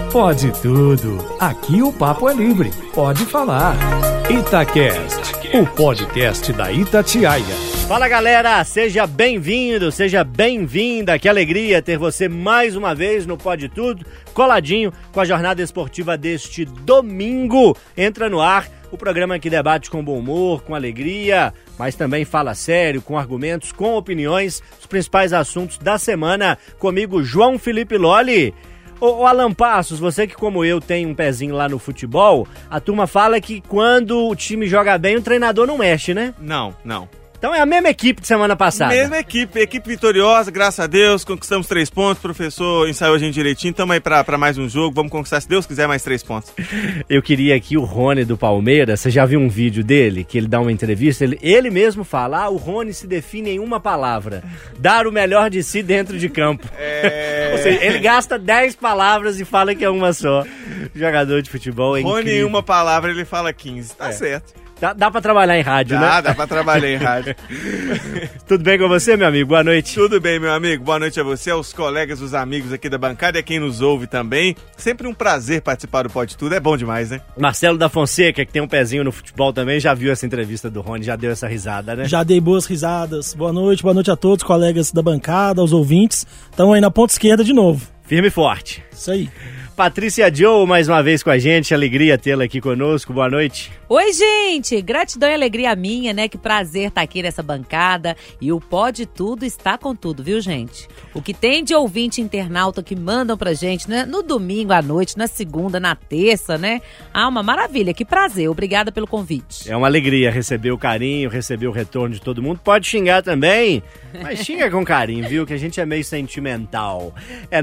Pode tudo. Aqui o papo é livre. Pode falar. Itacast, o podcast da Itatiaia. Fala galera, seja bem-vindo, seja bem-vinda. Que alegria ter você mais uma vez no Pode Tudo, coladinho com a jornada esportiva deste domingo. Entra no ar o programa que debate com bom humor, com alegria, mas também fala sério, com argumentos, com opiniões, os principais assuntos da semana. Comigo, João Felipe Lolli. Ô Alan Passos, você que como eu tem um pezinho lá no futebol, a turma fala que quando o time joga bem, o treinador não mexe, né? Não. Então é a mesma equipe de semana passada. Mesma equipe vitoriosa, graças a Deus, conquistamos 3 pontos, o professor ensaiou a gente direitinho, estamos aí pra mais um jogo, vamos conquistar, se Deus quiser, mais 3 pontos. Eu queria aqui o Rony do Palmeiras, você já viu um vídeo dele, que ele dá uma entrevista, ele mesmo fala, o Rony se define em uma palavra, dar o melhor de si dentro de campo. Ou seja, ele gasta 10 palavras e fala que é uma só. Jogador de futebol é Rony incrível. em uma palavra, ele fala 15, tá certo. Dá pra trabalhar em rádio, né? Dá pra trabalhar em rádio. Tudo bem com você, meu amigo? Boa noite. Tudo bem, meu amigo. Boa noite a você, aos colegas, os amigos aqui da bancada e a quem nos ouve também. Sempre um prazer participar do Pode Tudo, é bom demais, né? Marcelo da Fonseca, que tem um pezinho no futebol também, já viu essa entrevista do Rony, já deu essa risada, né? Já dei boas risadas. Boa noite a todos, colegas da bancada, aos ouvintes. Estamos aí na ponta esquerda de novo. Firme e forte. Isso aí. Patrícia Joe, mais uma vez com a gente, alegria tê-la aqui conosco, boa noite. Oi, gente, gratidão e alegria minha, né, que prazer estar aqui nessa bancada e o Pode Tudo está com tudo, viu, gente? O que tem de ouvinte internauta que mandam pra gente, né, no domingo à noite, na segunda, na terça, né? Uma maravilha, que prazer, obrigada pelo convite. É uma alegria receber o carinho, receber o retorno de todo mundo, pode xingar também, mas xinga com carinho, viu, que a gente é meio sentimental. É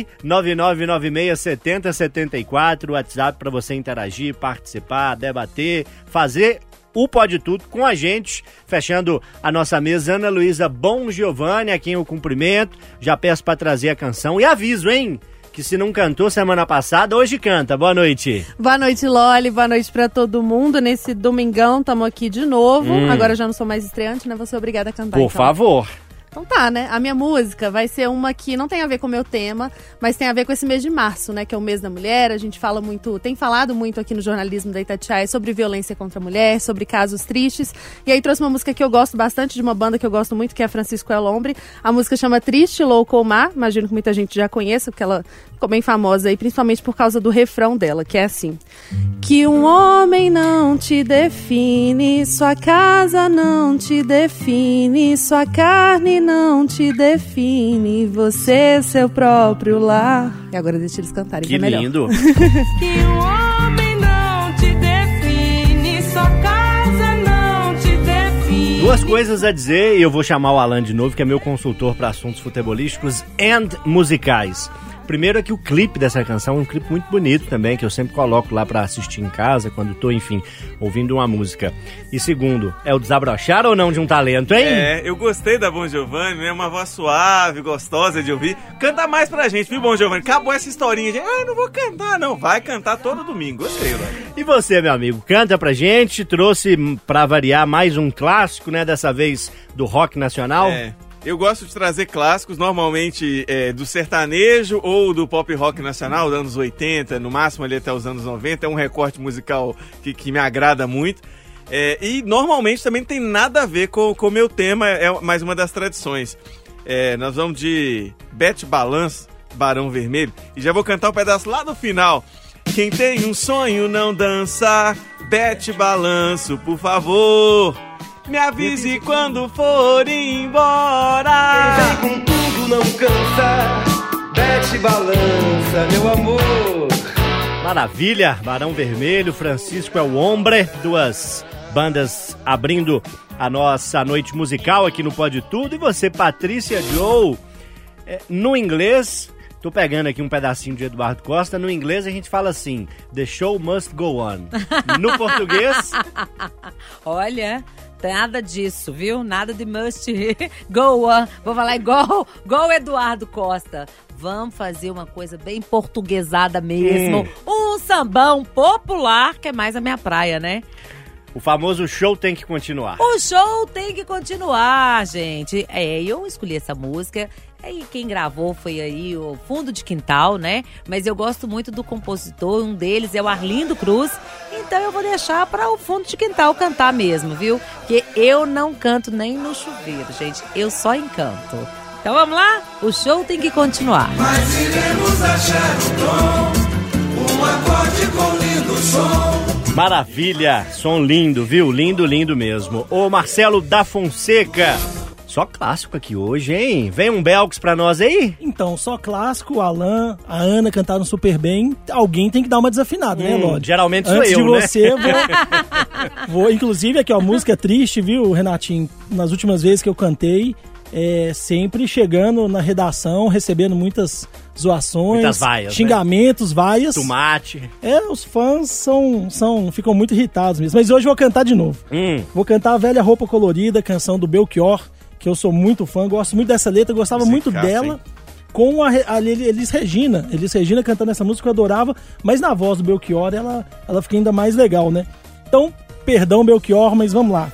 999967074, WhatsApp pra você interagir, participar, debater, fazer o Pode Tudo com a gente, fechando a nossa mesa, Ana Luísa Bom Giovanni, a quem eu cumprimento, já peço pra trazer a canção e aviso, hein, que se não cantou semana passada, hoje canta. Boa noite. Boa noite, Loli, boa noite pra todo mundo, nesse domingão, tamo aqui de novo, agora já não sou mais estreante, né, vou ser obrigada a cantar. Por favor. Então tá, né? A minha música vai ser uma que não tem a ver com o meu tema, mas tem a ver com esse mês de março, né? Que é o mês da mulher. A gente fala muito, tem falado muito aqui no jornalismo da Itatiaia sobre violência contra a mulher, sobre casos tristes. E aí trouxe uma música que eu gosto bastante, de uma banda que eu gosto muito, que é a Francisco El Hombre. A música chama Triste, Louco ou Má. Imagino que muita gente já conheça, porque ela ficou bem famosa aí, principalmente por causa do refrão dela, que é assim: que um homem não te define, sua casa não te define, sua carne não te define, você é seu próprio lar. E agora deixa eles cantarem, que é melhor. Lindo. Que um homem não te define, sua casa não te define. Duas coisas a dizer, e eu vou chamar o Alan de novo, que é meu consultor para assuntos futebolísticos e musicais. Primeiro é que o clipe dessa canção é um clipe muito bonito também, que eu sempre coloco lá pra assistir em casa, quando tô, enfim, ouvindo uma música. E segundo, é o desabrochar ou não de um talento, hein? Eu gostei da Bom Giovanni, né? Uma voz suave, gostosa de ouvir. Canta mais pra gente, viu, Bom Giovanni? Acabou essa historinha de, não vou cantar, não. Vai cantar todo domingo. Gostei, Léo. E você, meu amigo, canta pra gente, trouxe pra variar mais um clássico, né? Dessa vez do rock nacional. Eu gosto de trazer clássicos, normalmente do sertanejo ou do pop rock nacional, dos anos 80, no máximo ali até os anos 90. É um recorte musical que me agrada muito. E normalmente também não tem nada a ver com o meu tema, é mais uma das tradições. Nós vamos de Bete Balanço, Barão Vermelho, e já vou cantar um pedaço lá no final. Quem tem um sonho não dança, Bete Balanço, por favor. Me avise quando for embora. Quem vem com tudo não cansa, Bete Balança, meu amor. Maravilha, Barão Vermelho, Francisco El Hombre, duas bandas abrindo a nossa noite musical aqui no Pode Tudo. E você, Patrícia Joe, no inglês, tô pegando aqui um pedacinho de Eduardo Costa, no inglês a gente fala assim, the show must go on. No português... Olha... Nada disso, viu? Nada de must go on. Vou falar igual Eduardo Costa. Vamos fazer uma coisa bem portuguesada mesmo. Um sambão popular, que é mais a minha praia, né? O famoso show tem que continuar. O show tem que continuar, gente. Eu escolhi essa música. E quem gravou foi aí o Fundo de Quintal, né? Mas eu gosto muito do compositor, um deles é o Arlindo Cruz. Então eu vou deixar para o Fundo de Quintal cantar mesmo, viu? Porque eu não canto nem no chuveiro, gente. Eu só encanto. Então vamos lá? O show tem que continuar. Mas iremos achar um acorde com lindo som. Maravilha, som lindo, viu? Lindo, lindo mesmo. Ô Marcelo da Fonseca, só clássico aqui hoje, hein? Vem um Belks pra nós aí? Então, só clássico, o Alan, a Ana cantaram super bem. Alguém tem que dar uma desafinada, né, Lodi? Geralmente sou Antes eu, de né? você, vou... Inclusive, aqui, ó, música triste, viu, Renatinho? Nas últimas vezes que eu cantei, sempre chegando na redação, recebendo muitas zoações, muitas vaias, xingamentos, vaias. Tomate. Os fãs ficam muito irritados mesmo. Mas hoje eu vou cantar de novo. Vou cantar A Velha Roupa Colorida, canção do Belchior, que eu sou muito fã, gosto muito dessa letra, gostava muito dela. Com a Elis Regina. Elis Regina cantando essa música eu adorava, mas na voz do Belchior ela fica ainda mais legal, né? Então, perdão, Belchior, mas vamos lá.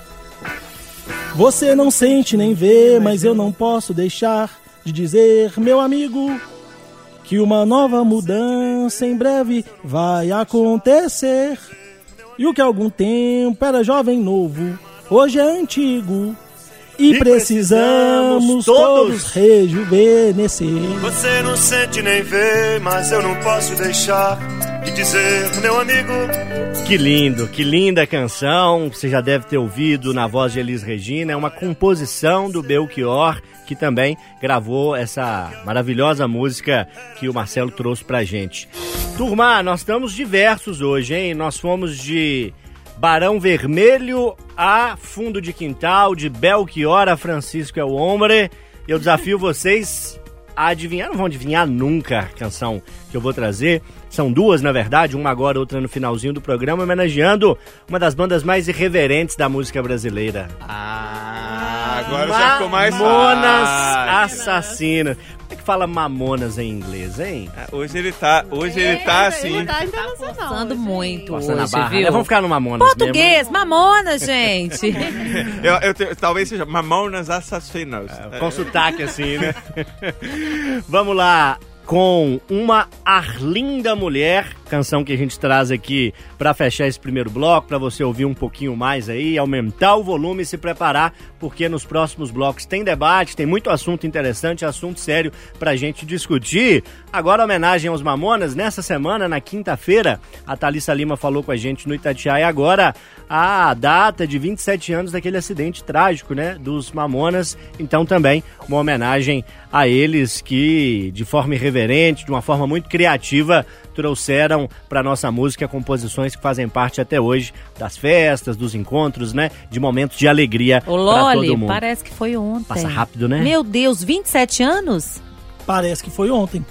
Você não sente nem vê, mas eu não posso deixar de dizer, meu amigo, que uma nova mudança em breve vai acontecer. E o que há algum tempo era jovem novo, hoje é antigo. E precisamos todos rejuvenescer. Você não sente nem vê, mas eu não posso deixar de dizer, meu amigo. Que lindo, que linda canção. Você já deve ter ouvido na voz de Elis Regina. É uma composição do Belchior, que também gravou essa maravilhosa música que o Marcelo trouxe pra gente. Turma, nós estamos diversos hoje, hein? Nós fomos de Barão Vermelho a Fundo de Quintal, de Belchior a Francisco é o Hombre. Eu desafio vocês a adivinhar, não vão adivinhar nunca a canção que eu vou trazer. São duas, na verdade, uma agora, outra no finalzinho do programa, homenageando uma das bandas mais irreverentes da música brasileira. Agora já ficou mais Mamonas fácil. Assassinas. Como é que fala Mamonas em inglês, hein? Hoje ele tá assim. Ele tá internacional. Passando muito Passando hoje, a barra. viu? Vamos ficar no Mamonas Português, mesmo. Mamonas, gente. Talvez seja Mamonas Assassinas. Com sotaque assim, né? Vamos lá. Com uma Arlinda Mulher, canção que a gente traz aqui para fechar esse primeiro bloco, para você ouvir um pouquinho mais aí, aumentar o volume e se preparar, porque nos próximos blocos tem debate, tem muito assunto interessante, assunto sério pra gente discutir. Agora, homenagem aos Mamonas, nessa semana, na quinta-feira, a Thalissa Lima falou com a gente no Itatiaia agora a data de 27 anos daquele acidente trágico, né, dos Mamonas. Então também uma homenagem a eles que, de forma irreverente, de uma forma muito criativa, trouxeram para nossa música composições que fazem parte até hoje das festas, dos encontros, né, de momentos de alegria para todo mundo. Parece que foi ontem. Passa rápido, né? Meu Deus, 27 anos? Parece que foi ontem.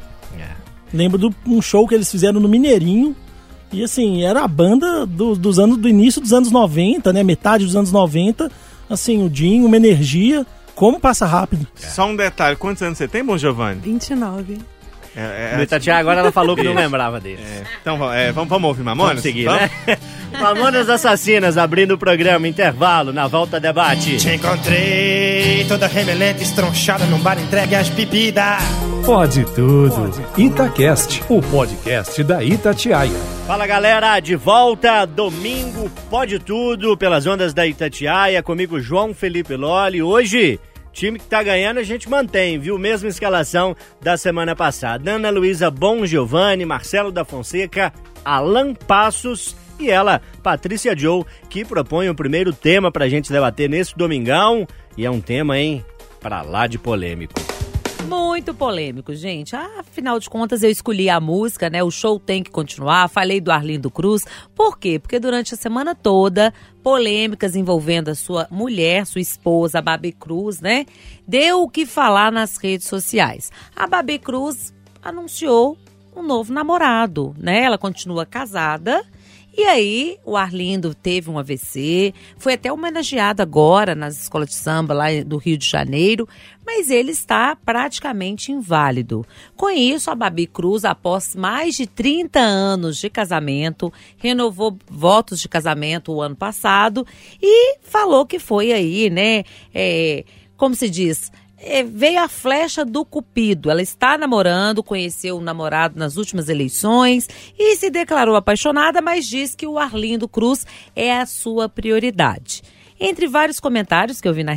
Lembro de um show que eles fizeram no Mineirinho. E assim, era a banda do início dos anos 90, né? Metade dos anos 90. Assim, o Dinho, uma energia. Como passa rápido. Só um detalhe, quantos anos você tem, Bom Giovanni? 29. No Itatiaia agora ela falou que não lembrava dele. Então vamos ouvir Mamonas? Vamos seguir, né? Mamonas Assassinas abrindo o programa, intervalo, na volta debate. Te encontrei toda remelenta, estronchada num bar entregue às bebidas. Pode tudo. Itacast, o podcast da Itatiaia. Fala galera, de volta, domingo, pode tudo, pelas ondas da Itatiaia, comigo João Felipe Lolli. Hoje, time que tá ganhando a gente mantém, viu? Mesma escalação da semana passada. Ana Luísa Bom Giovanni, Marcelo da Fonseca, Alan Passos e ela, Patrícia Joe, que propõe o primeiro tema pra gente debater nesse domingão. E é um tema, hein, pra lá de polêmico. Muito polêmico, gente. Afinal de contas, eu escolhi a música, né? O show tem que continuar. Falei do Arlindo Cruz. Por quê? Porque durante a semana toda, polêmicas envolvendo a sua mulher, sua esposa, a Babi Cruz, né? Deu o que falar nas redes sociais. A Babi Cruz anunciou um novo namorado, né? Ela continua casada E aí, o Arlindo teve um AVC, foi até homenageado agora nas escolas de samba lá do Rio de Janeiro, mas ele está praticamente inválido. Com isso, a Babi Cruz, após mais de 30 anos de casamento, renovou votos de casamento o ano passado e falou que foi aí, né, como se diz... veio a flecha do cupido. Ela está namorando, conheceu o namorado nas últimas eleições e se declarou apaixonada, mas diz que o Arlindo Cruz é a sua prioridade. Entre vários comentários que eu vi nas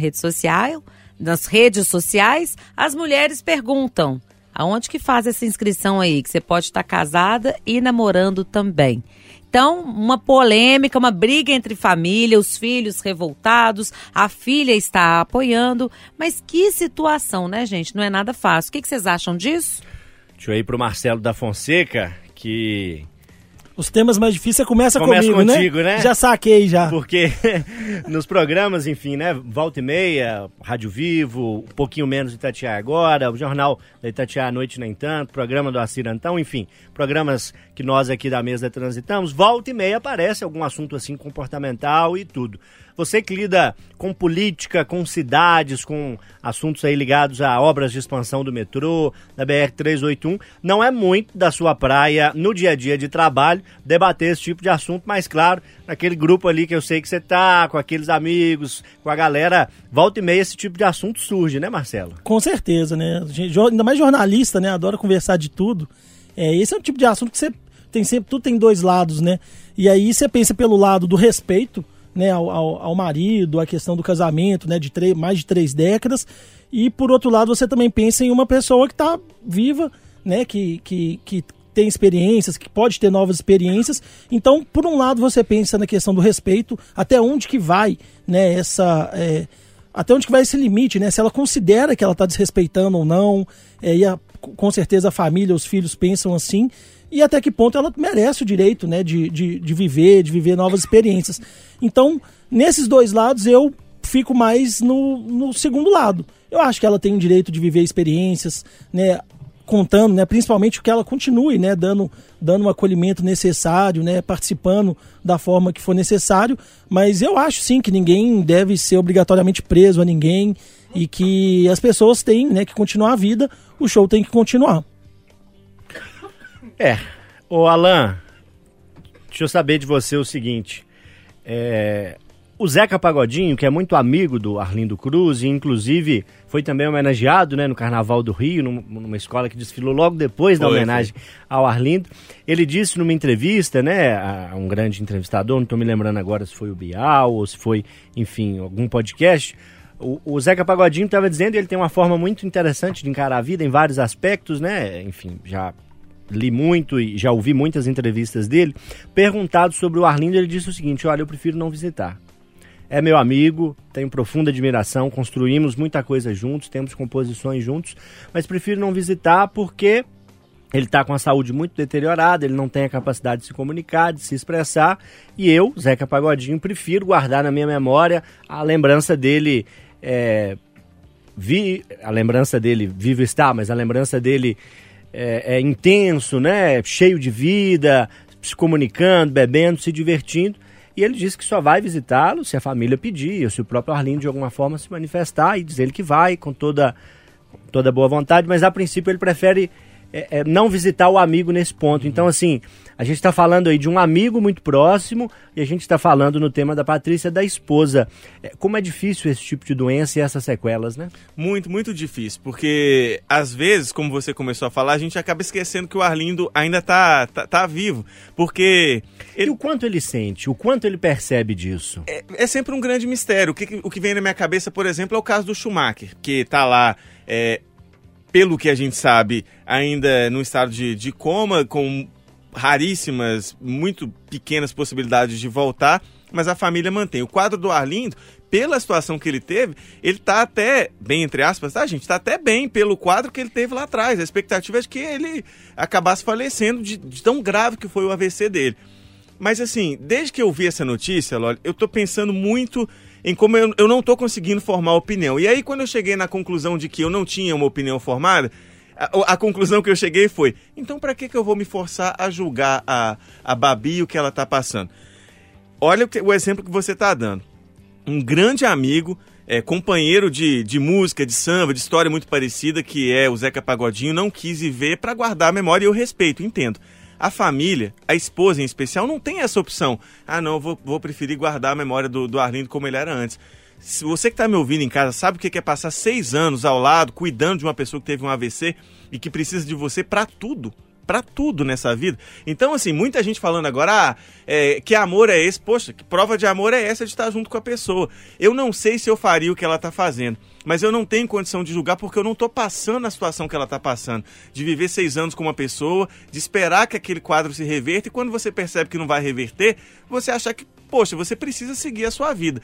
redes sociais, as mulheres perguntam: aonde que faz essa inscrição aí? Que você pode estar casada e namorando também. Então, uma polêmica, uma briga entre família, os filhos revoltados, a filha está apoiando. Mas que situação, né, gente? Não é nada fácil. O que vocês acham disso? Deixa eu ir pro Marcelo da Fonseca, que... Os temas mais difíceis começa comigo, contigo, né? Já saquei, já. Porque nos programas, enfim, né? Volta e Meia, Rádio Vivo, um pouquinho menos Itatiaia Agora, o Jornal da Itatiaia à Noite Nem Tanto, programa do Acir Antão, enfim, programas que nós aqui da mesa transitamos, volta e meia aparece algum assunto assim comportamental e tudo. Você que lida com política, com cidades, com assuntos aí ligados a obras de expansão do metrô, da BR-381, não é muito da sua praia no dia a dia de trabalho debater esse tipo de assunto, mas claro, naquele grupo ali que eu sei que você tá, com aqueles amigos, com a galera, volta e meia esse tipo de assunto surge, né, Marcelo? Com certeza, né? Ainda mais jornalista, né? Adora conversar de tudo. Esse é o tipo de assunto que você tem sempre, tudo tem dois lados, né? E aí você pensa pelo lado do respeito, né, ao marido, a questão do casamento, né, de mais de 3 décadas, e por outro lado você também pensa em uma pessoa que está viva, né, que tem experiências, que pode ter novas experiências. Então, por um lado você pensa na questão do respeito, até onde que vai, né, até onde que vai esse limite, né, se ela considera que ela está desrespeitando ou não, com certeza a família, os filhos pensam assim, e até que ponto ela merece o direito, né, de viver novas experiências. Então, nesses dois lados, eu fico mais no segundo lado. Eu acho que ela tem o direito de viver experiências, né, contando, né, principalmente que ela continue, né, dando um acolhimento necessário, né, participando da forma que for necessário, mas eu acho sim que ninguém deve ser obrigatoriamente preso a ninguém e que as pessoas têm, né, que continuar a vida, o show tem que continuar. Ô Alan, deixa eu saber de você o seguinte, o Zeca Pagodinho, que é muito amigo do Arlindo Cruz, e inclusive foi também homenageado, né, no Carnaval do Rio, numa escola que desfilou logo depois da homenagem ao Arlindo, ele disse numa entrevista, né, a um grande entrevistador, não estou me lembrando agora se foi o Bial ou se foi, enfim, algum podcast, o Zeca Pagodinho estava dizendo, ele tem uma forma muito interessante de encarar a vida em vários aspectos, né, enfim, já li muito e já ouvi muitas entrevistas dele, perguntado sobre o Arlindo, ele disse o seguinte: olha, eu prefiro não visitar. É meu amigo, tenho profunda admiração, construímos muita coisa juntos, temos composições juntos, mas prefiro não visitar porque ele está com a saúde muito deteriorada, ele não tem a capacidade de se comunicar, de se expressar, e eu, Zeca Pagodinho, prefiro guardar na minha memória a lembrança dele, vivo está, mas a lembrança dele é intenso, né? Cheio de vida, se comunicando, bebendo, se divertindo. E ele disse que só vai visitá-lo se a família pedir, ou se o próprio Arlindo de alguma forma se manifestar, e diz ele que vai com toda boa vontade, mas a princípio ele prefere não visitar o amigo nesse ponto. Então, assim, a gente está falando aí de um amigo muito próximo e a gente está falando no tema da Patrícia, da esposa. Como é difícil esse tipo de doença e essas sequelas, né? Muito, muito difícil, porque às vezes, como você começou a falar, a gente acaba esquecendo que o Arlindo ainda tá vivo, porque... E o quanto ele sente? O quanto ele percebe disso? É sempre um grande mistério. O que vem na minha cabeça, por exemplo, é o caso do Schumacher, que tá lá... pelo que a gente sabe, ainda no estado de coma, com raríssimas, muito pequenas possibilidades de voltar, mas a família mantém. O quadro do Arlindo, pela situação que ele teve, ele tá até, bem entre aspas, tá, gente? Tá até bem pelo quadro que ele teve lá atrás. A expectativa é de que ele acabasse falecendo de tão grave que foi o AVC dele. Mas assim, desde que eu vi essa notícia, Loli, eu tô pensando muito em como eu não tô conseguindo formar opinião. E aí, quando eu cheguei na conclusão de que eu não tinha uma opinião formada, a conclusão que eu cheguei foi, então para que eu vou me forçar a julgar a Babi e o que ela tá passando? Olha o exemplo que você tá dando. Um grande amigo, companheiro de música, de samba, de história muito parecida, que é o Zeca Pagodinho, não quis ir ver para guardar a memória, e eu respeito, entendo. A família, a esposa em especial, não tem essa opção. Ah, não, vou preferir guardar a memória do Arlindo como ele era antes. Se você que está me ouvindo em casa sabe o que é passar 6 anos ao lado, cuidando de uma pessoa que teve um AVC e que precisa de você para tudo nessa vida. Então, assim, muita gente falando agora, que amor é esse? Poxa, que prova de amor é essa de estar junto com a pessoa? Eu não sei se eu faria o que ela está fazendo, mas eu não tenho condição de julgar porque eu não estou passando a situação que ela está passando. De viver 6 anos com uma pessoa, de esperar que aquele quadro se reverta, e quando você percebe que não vai reverter, você achar que, poxa, você precisa seguir a sua vida.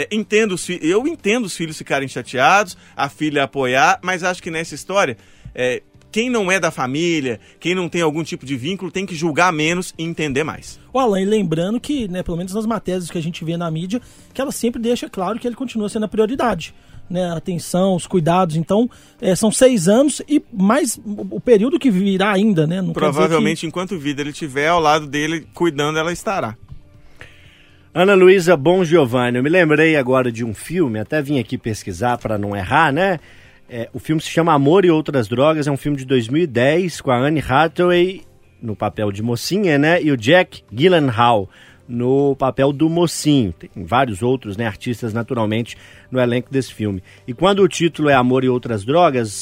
Eu entendo os filhos ficarem chateados, a filha apoiar, mas acho que nessa história, quem não é da família, quem não tem algum tipo de vínculo, tem que julgar menos e entender mais. O Alan, e lembrando que, né, pelo menos nas matérias que a gente vê na mídia, que ela sempre deixa claro que ele continua sendo a prioridade. Né, a atenção, os cuidados. Então, são 6 anos e mais o período que virá ainda, né? Não provavelmente, enquanto vida ele estiver ao lado dele, cuidando, ela estará. Ana Luísa Bongiovanni, eu me lembrei agora de um filme, até vim aqui pesquisar para não errar, né? O filme se chama Amor e Outras Drogas, é um filme de 2010 com a Anne Hathaway no papel de mocinha, né? E o Jack Gyllenhaal no papel do mocinho. Tem vários outros, né, artistas naturalmente no elenco desse filme. E quando o título é Amor e Outras Drogas,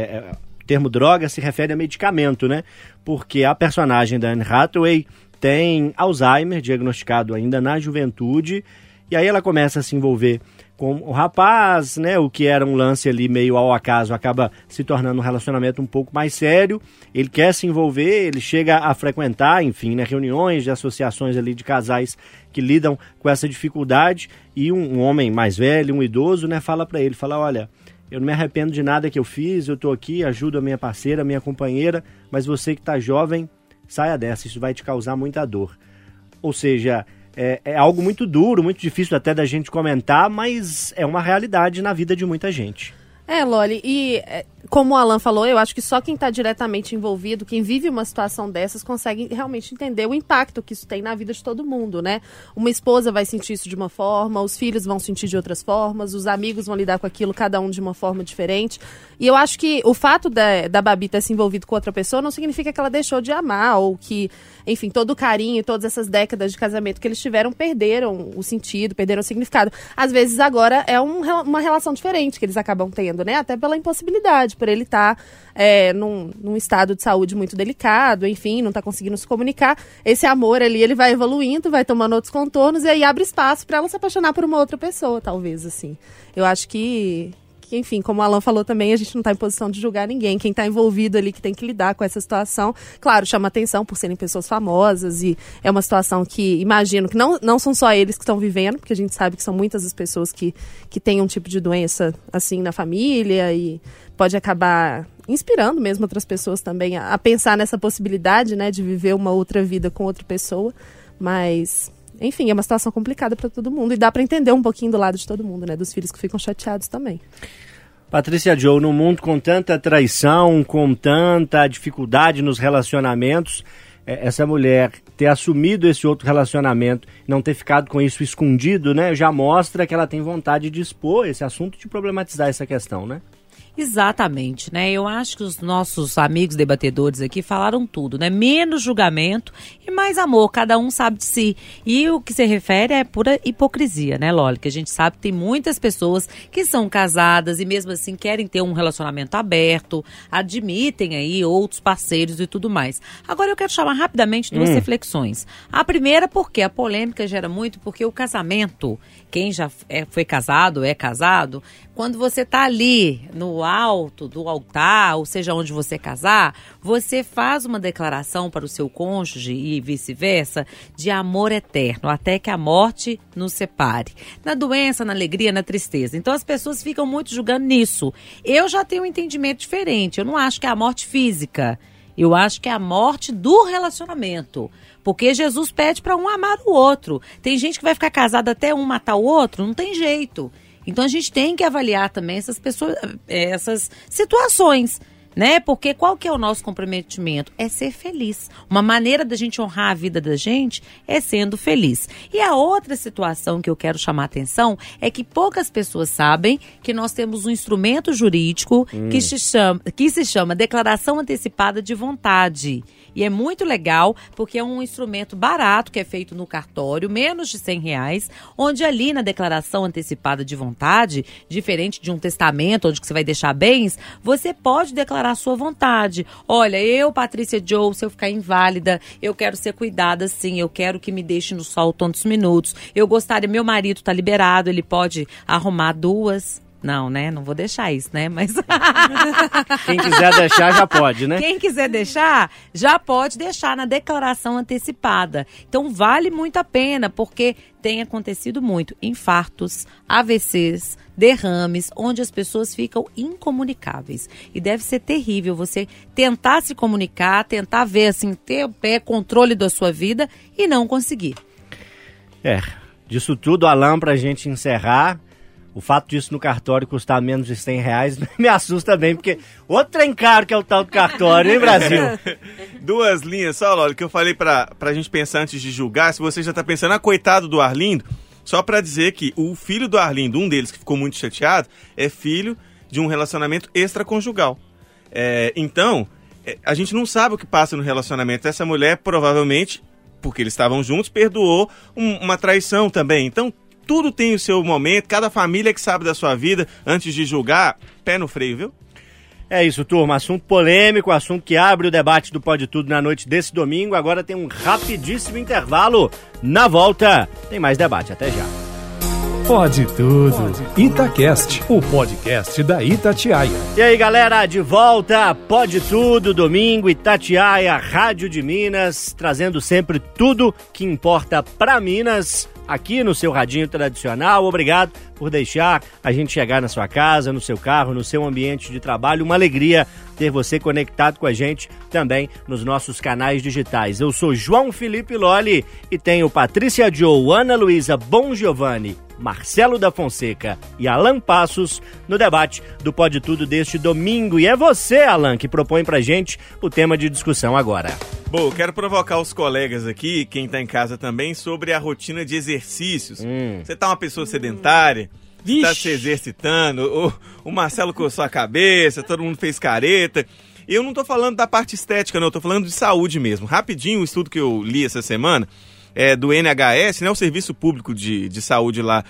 o termo droga se refere a medicamento, né? Porque a personagem da Anne Hathaway tem Alzheimer, diagnosticado ainda na juventude, e aí ela começa a se envolver com o rapaz, né, o que era um lance ali meio ao acaso, acaba se tornando um relacionamento um pouco mais sério. Ele quer se envolver, ele chega a frequentar, enfim, né, reuniões de associações ali de casais que lidam com essa dificuldade, e um homem mais velho, um idoso, né, fala para ele, olha, eu não me arrependo de nada que eu fiz, eu tô aqui, ajudo a minha parceira, a minha companheira, mas você que tá jovem, saia dessa, isso vai te causar muita dor. Ou seja, é algo muito duro, muito difícil até da gente comentar, mas é uma realidade na vida de muita gente. Loli, e como o Alan falou, eu acho que só quem está diretamente envolvido, quem vive uma situação dessas, consegue realmente entender o impacto que isso tem na vida de todo mundo, né? Uma esposa vai sentir isso de uma forma, os filhos vão sentir de outras formas, os amigos vão lidar com aquilo, cada um de uma forma diferente. E eu acho que o fato da Babi ter se envolvido com outra pessoa não significa que ela deixou de amar, ou que, enfim, todo o carinho, todas essas décadas de casamento que eles tiveram perderam o sentido, perderam o significado. Às vezes agora é uma relação diferente que eles acabam tendo, né? Até pela impossibilidade, por ele estar num estado de saúde muito delicado, enfim, não está conseguindo se comunicar. Esse amor ali, ele vai evoluindo, vai tomando outros contornos, e aí abre espaço para ela se apaixonar por uma outra pessoa, talvez, assim. Eu acho que, enfim, como o Alan falou também, a gente não está em posição de julgar ninguém. Quem está envolvido ali, que tem que lidar com essa situação, claro, chama atenção por serem pessoas famosas, e é uma situação que, imagino, que não são só eles que estão vivendo, porque a gente sabe que são muitas as pessoas que têm um tipo de doença, assim, na família, e pode acabar inspirando mesmo outras pessoas também a pensar nessa possibilidade, né, de viver uma outra vida com outra pessoa, mas... Enfim, é uma situação complicada para todo mundo, e dá para entender um pouquinho do lado de todo mundo, né? Dos filhos que ficam chateados também. Patrícia Joe, num mundo com tanta traição, com tanta dificuldade nos relacionamentos, essa mulher ter assumido esse outro relacionamento, não ter ficado com isso escondido, né? Já mostra que ela tem vontade de expor esse assunto, de problematizar essa questão, né? Exatamente, né? Eu acho que os nossos amigos debatedores aqui falaram tudo, né? Menos julgamento e mais amor, cada um sabe de si. E o que se refere é pura hipocrisia, né, Loli? Que a gente sabe que tem muitas pessoas que são casadas e mesmo assim querem ter um relacionamento aberto, admitem aí outros parceiros e tudo mais. Agora eu quero chamar rapidamente 2 reflexões. A primeira, porque a polêmica gera muito, porque o casamento, quem já foi casado, é casado, quando você tá ali no alto do altar, ou seja, onde você casar, você faz uma declaração para o seu cônjuge e vice-versa de amor eterno, até que a morte nos separe. Na doença, na alegria, na tristeza. Então as pessoas ficam muito julgando nisso. Eu já tenho um entendimento diferente. Eu não acho que é a morte física. Eu acho que é a morte do relacionamento. Porque Jesus pede para um amar o outro. Tem gente que vai ficar casada até um matar o outro, não tem jeito. Então a gente tem que avaliar também essas pessoas, essas situações. né? Porque qual que é o nosso comprometimento? É ser feliz. Uma maneira da gente honrar a vida da gente é sendo feliz. E a outra situação que eu quero chamar a atenção é que poucas pessoas sabem que nós temos um instrumento jurídico que se chama Declaração Antecipada de Vontade. E é muito legal, porque é um instrumento barato, que é feito no cartório, menos de R$100, onde ali na declaração antecipada de vontade, diferente de um testamento, onde você vai deixar bens, você pode declarar sua vontade. Olha, eu, Patrícia Joe, se eu ficar inválida, eu quero ser cuidada assim, eu quero que me deixe no sol tantos minutos, eu gostaria, meu marido tá liberado, ele pode arrumar 2... Não, né? Não vou deixar isso, né? Mas quem quiser deixar, já pode, né? Quem quiser deixar, já pode deixar na declaração antecipada. Então, vale muito a pena, porque tem acontecido muito infartos, AVCs, derrames, onde as pessoas ficam incomunicáveis. E deve ser terrível você tentar se comunicar, tentar ver, assim, ter o pé, controle da sua vida e não conseguir. Disso tudo, Alan, pra gente encerrar... O fato disso no cartório custar menos de R$100 me assusta bem, porque outro trem caro que é o tal do cartório, hein, Brasil? 2 linhas só, Loli, que eu falei pra gente pensar antes de julgar. Se você já tá pensando, coitado do Arlindo, só pra dizer que o filho do Arlindo, um deles que ficou muito chateado, é filho de um relacionamento extraconjugal. Então, a gente não sabe o que passa no relacionamento. Essa mulher, provavelmente, porque eles estavam juntos, perdoou uma traição também. Então, tudo tem o seu momento, cada família que sabe da sua vida, antes de julgar, pé no freio, viu? É isso, turma, assunto polêmico, assunto que abre o debate do Pode Tudo na noite desse domingo. Agora tem um rapidíssimo intervalo. Na volta, tem mais debate, até já. Pode Tudo. Itacast, o podcast da Itatiaia. E aí, galera, de volta, Pode Tudo, domingo, Itatiaia, Rádio de Minas, trazendo sempre tudo que importa pra Minas, aqui no seu radinho tradicional. Obrigado por deixar a gente chegar na sua casa, no seu carro, no seu ambiente de trabalho. Uma alegria ter você conectado com a gente também nos nossos canais digitais. Eu sou João Felipe Loli e tenho Patrícia Joe, Ana Luísa Bongiovanni, Marcelo da Fonseca e Alan Passos no debate do Pode Tudo deste domingo. E é você, Alan, que propõe pra gente o tema de discussão agora. Bom, eu quero provocar os colegas aqui, quem tá em casa também, sobre a rotina de exercícios. Você tá uma pessoa sedentária, tá se exercitando, o Marcelo coçou a cabeça, todo mundo fez careta. Eu não tô falando da parte estética, não, eu tô falando de saúde mesmo. Rapidinho, um estudo que eu li essa semana, do NHS, né, o Serviço Público de Saúde lá,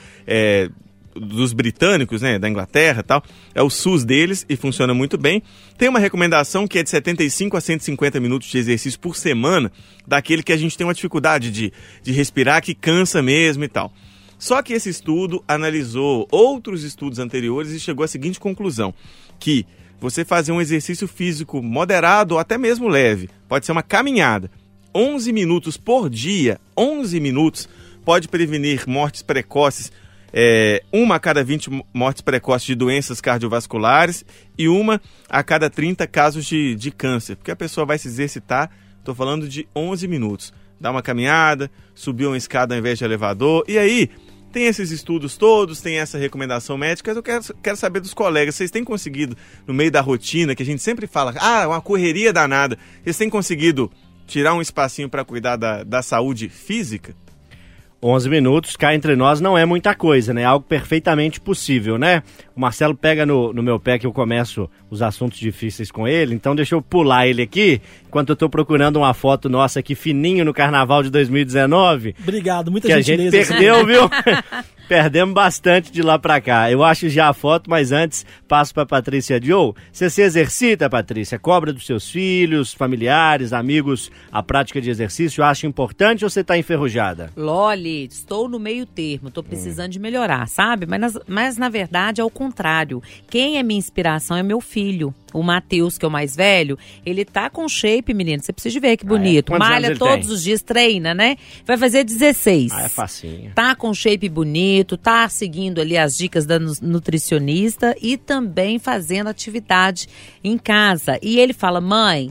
dos britânicos, né, da Inglaterra e tal, é o SUS deles e funciona muito bem. Tem uma recomendação que é de 75 a 150 minutos de exercício por semana, daquele que a gente tem uma dificuldade de respirar, que cansa mesmo e tal. Só que esse estudo analisou outros estudos anteriores e chegou à seguinte conclusão, que você fazer um exercício físico moderado ou até mesmo leve, pode ser uma caminhada, 11 minutos por dia, 11 minutos, pode prevenir mortes precoces, uma a cada 20 mortes precoces de doenças cardiovasculares e uma a cada 30 casos de câncer, porque a pessoa vai se exercitar, estou falando de 11 minutos, dar uma caminhada, subir uma escada ao invés de elevador, e aí tem esses estudos todos, tem essa recomendação médica. Eu quero saber dos colegas, vocês têm conseguido, no meio da rotina, que a gente sempre fala, uma correria danada, vocês têm conseguido tirar um espacinho para cuidar da saúde física? 11 minutos, cá entre nós, não é muita coisa, né? Algo perfeitamente possível, né? O Marcelo pega no meu pé que eu começo os assuntos difíceis com ele, então deixa eu pular ele aqui, enquanto eu tô procurando uma foto nossa aqui fininho no Carnaval de 2019. Obrigado, muita gentileza. Que a gente perdeu, viu? Perdemos bastante de lá pra cá. Eu acho já a foto, mas antes passo pra Patrícia Joe. Você se exercita, Patrícia? Cobra dos seus filhos, familiares, amigos a prática de exercício? Acha importante ou você tá enferrujada? Loli, estou no meio termo, tô precisando de melhorar, sabe? Mas na verdade é o contrário. Quem é minha inspiração é meu filho. O Matheus, que é o mais velho, ele tá com shape, menino. Você precisa de ver que bonito. Malha todos os dias, treina, né? Vai fazer 16. É facinho. Tá com shape bonito, tá seguindo ali as dicas da nutricionista e também fazendo atividade em casa. E ele fala, mãe,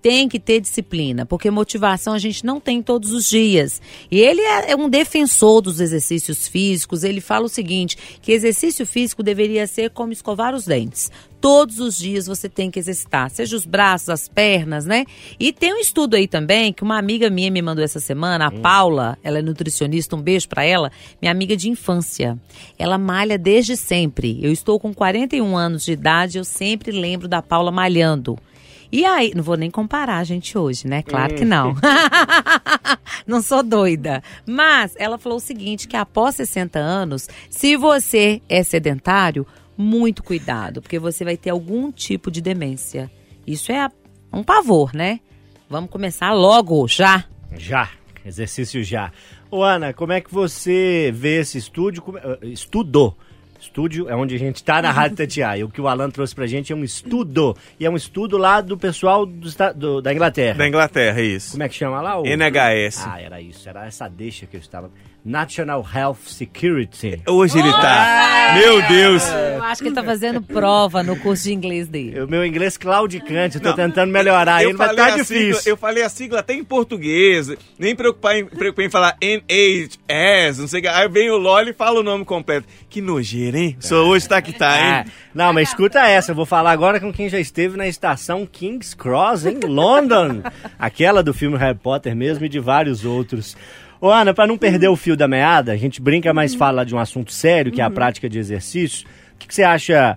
tem que ter disciplina, porque motivação a gente não tem todos os dias. E ele é um defensor dos exercícios físicos. Ele fala o seguinte, que exercício físico deveria ser como escovar os dentes. Todos os dias você tem que exercitar, seja os braços, as pernas, né? E tem um estudo aí também, que uma amiga minha me mandou essa semana, a Paula, ela é nutricionista, um beijo pra ela, minha amiga de infância. Ela malha desde sempre. Eu estou com 41 anos de idade, eu sempre lembro da Paula malhando. E aí, não vou nem comparar a gente hoje, né? Claro que não. Não sou doida. Mas ela falou o seguinte, que após 60 anos, se você é sedentário, muito cuidado, porque você vai ter algum tipo de demência. Isso é um pavor, né? Vamos começar logo, já. Já, exercício já. Ô Ana, como é que você vê esse estúdio? Estúdio é onde a gente está na Rádio Itatiaia. O que o Alan trouxe pra gente é um estudo. E é um estudo lá do pessoal da Inglaterra. Da Inglaterra, isso. Como é que chama lá? NHS. Ah, era isso. Era essa deixa que eu estava... National Health Security. Hoje ele tá. Meu Deus. Eu acho que ele tá fazendo prova no curso de inglês dele. O meu inglês claudicante, eu tô tentando melhorar ele, mas tá difícil. Eu falei a sigla até em português, nem preocupei em falar NHS, não sei o que. Aí vem o Loli e fala o nome completo. Que nojeira, hein? Só hoje tá que tá, hein? Não, mas escuta essa, eu vou falar agora com quem já esteve na estação King's Cross, em London. Aquela do filme Harry Potter mesmo e de vários outros. Ô Ana, para não perder o fio da meada, a gente brinca, mas fala de um assunto sério, que é a prática de exercícios. O que você acha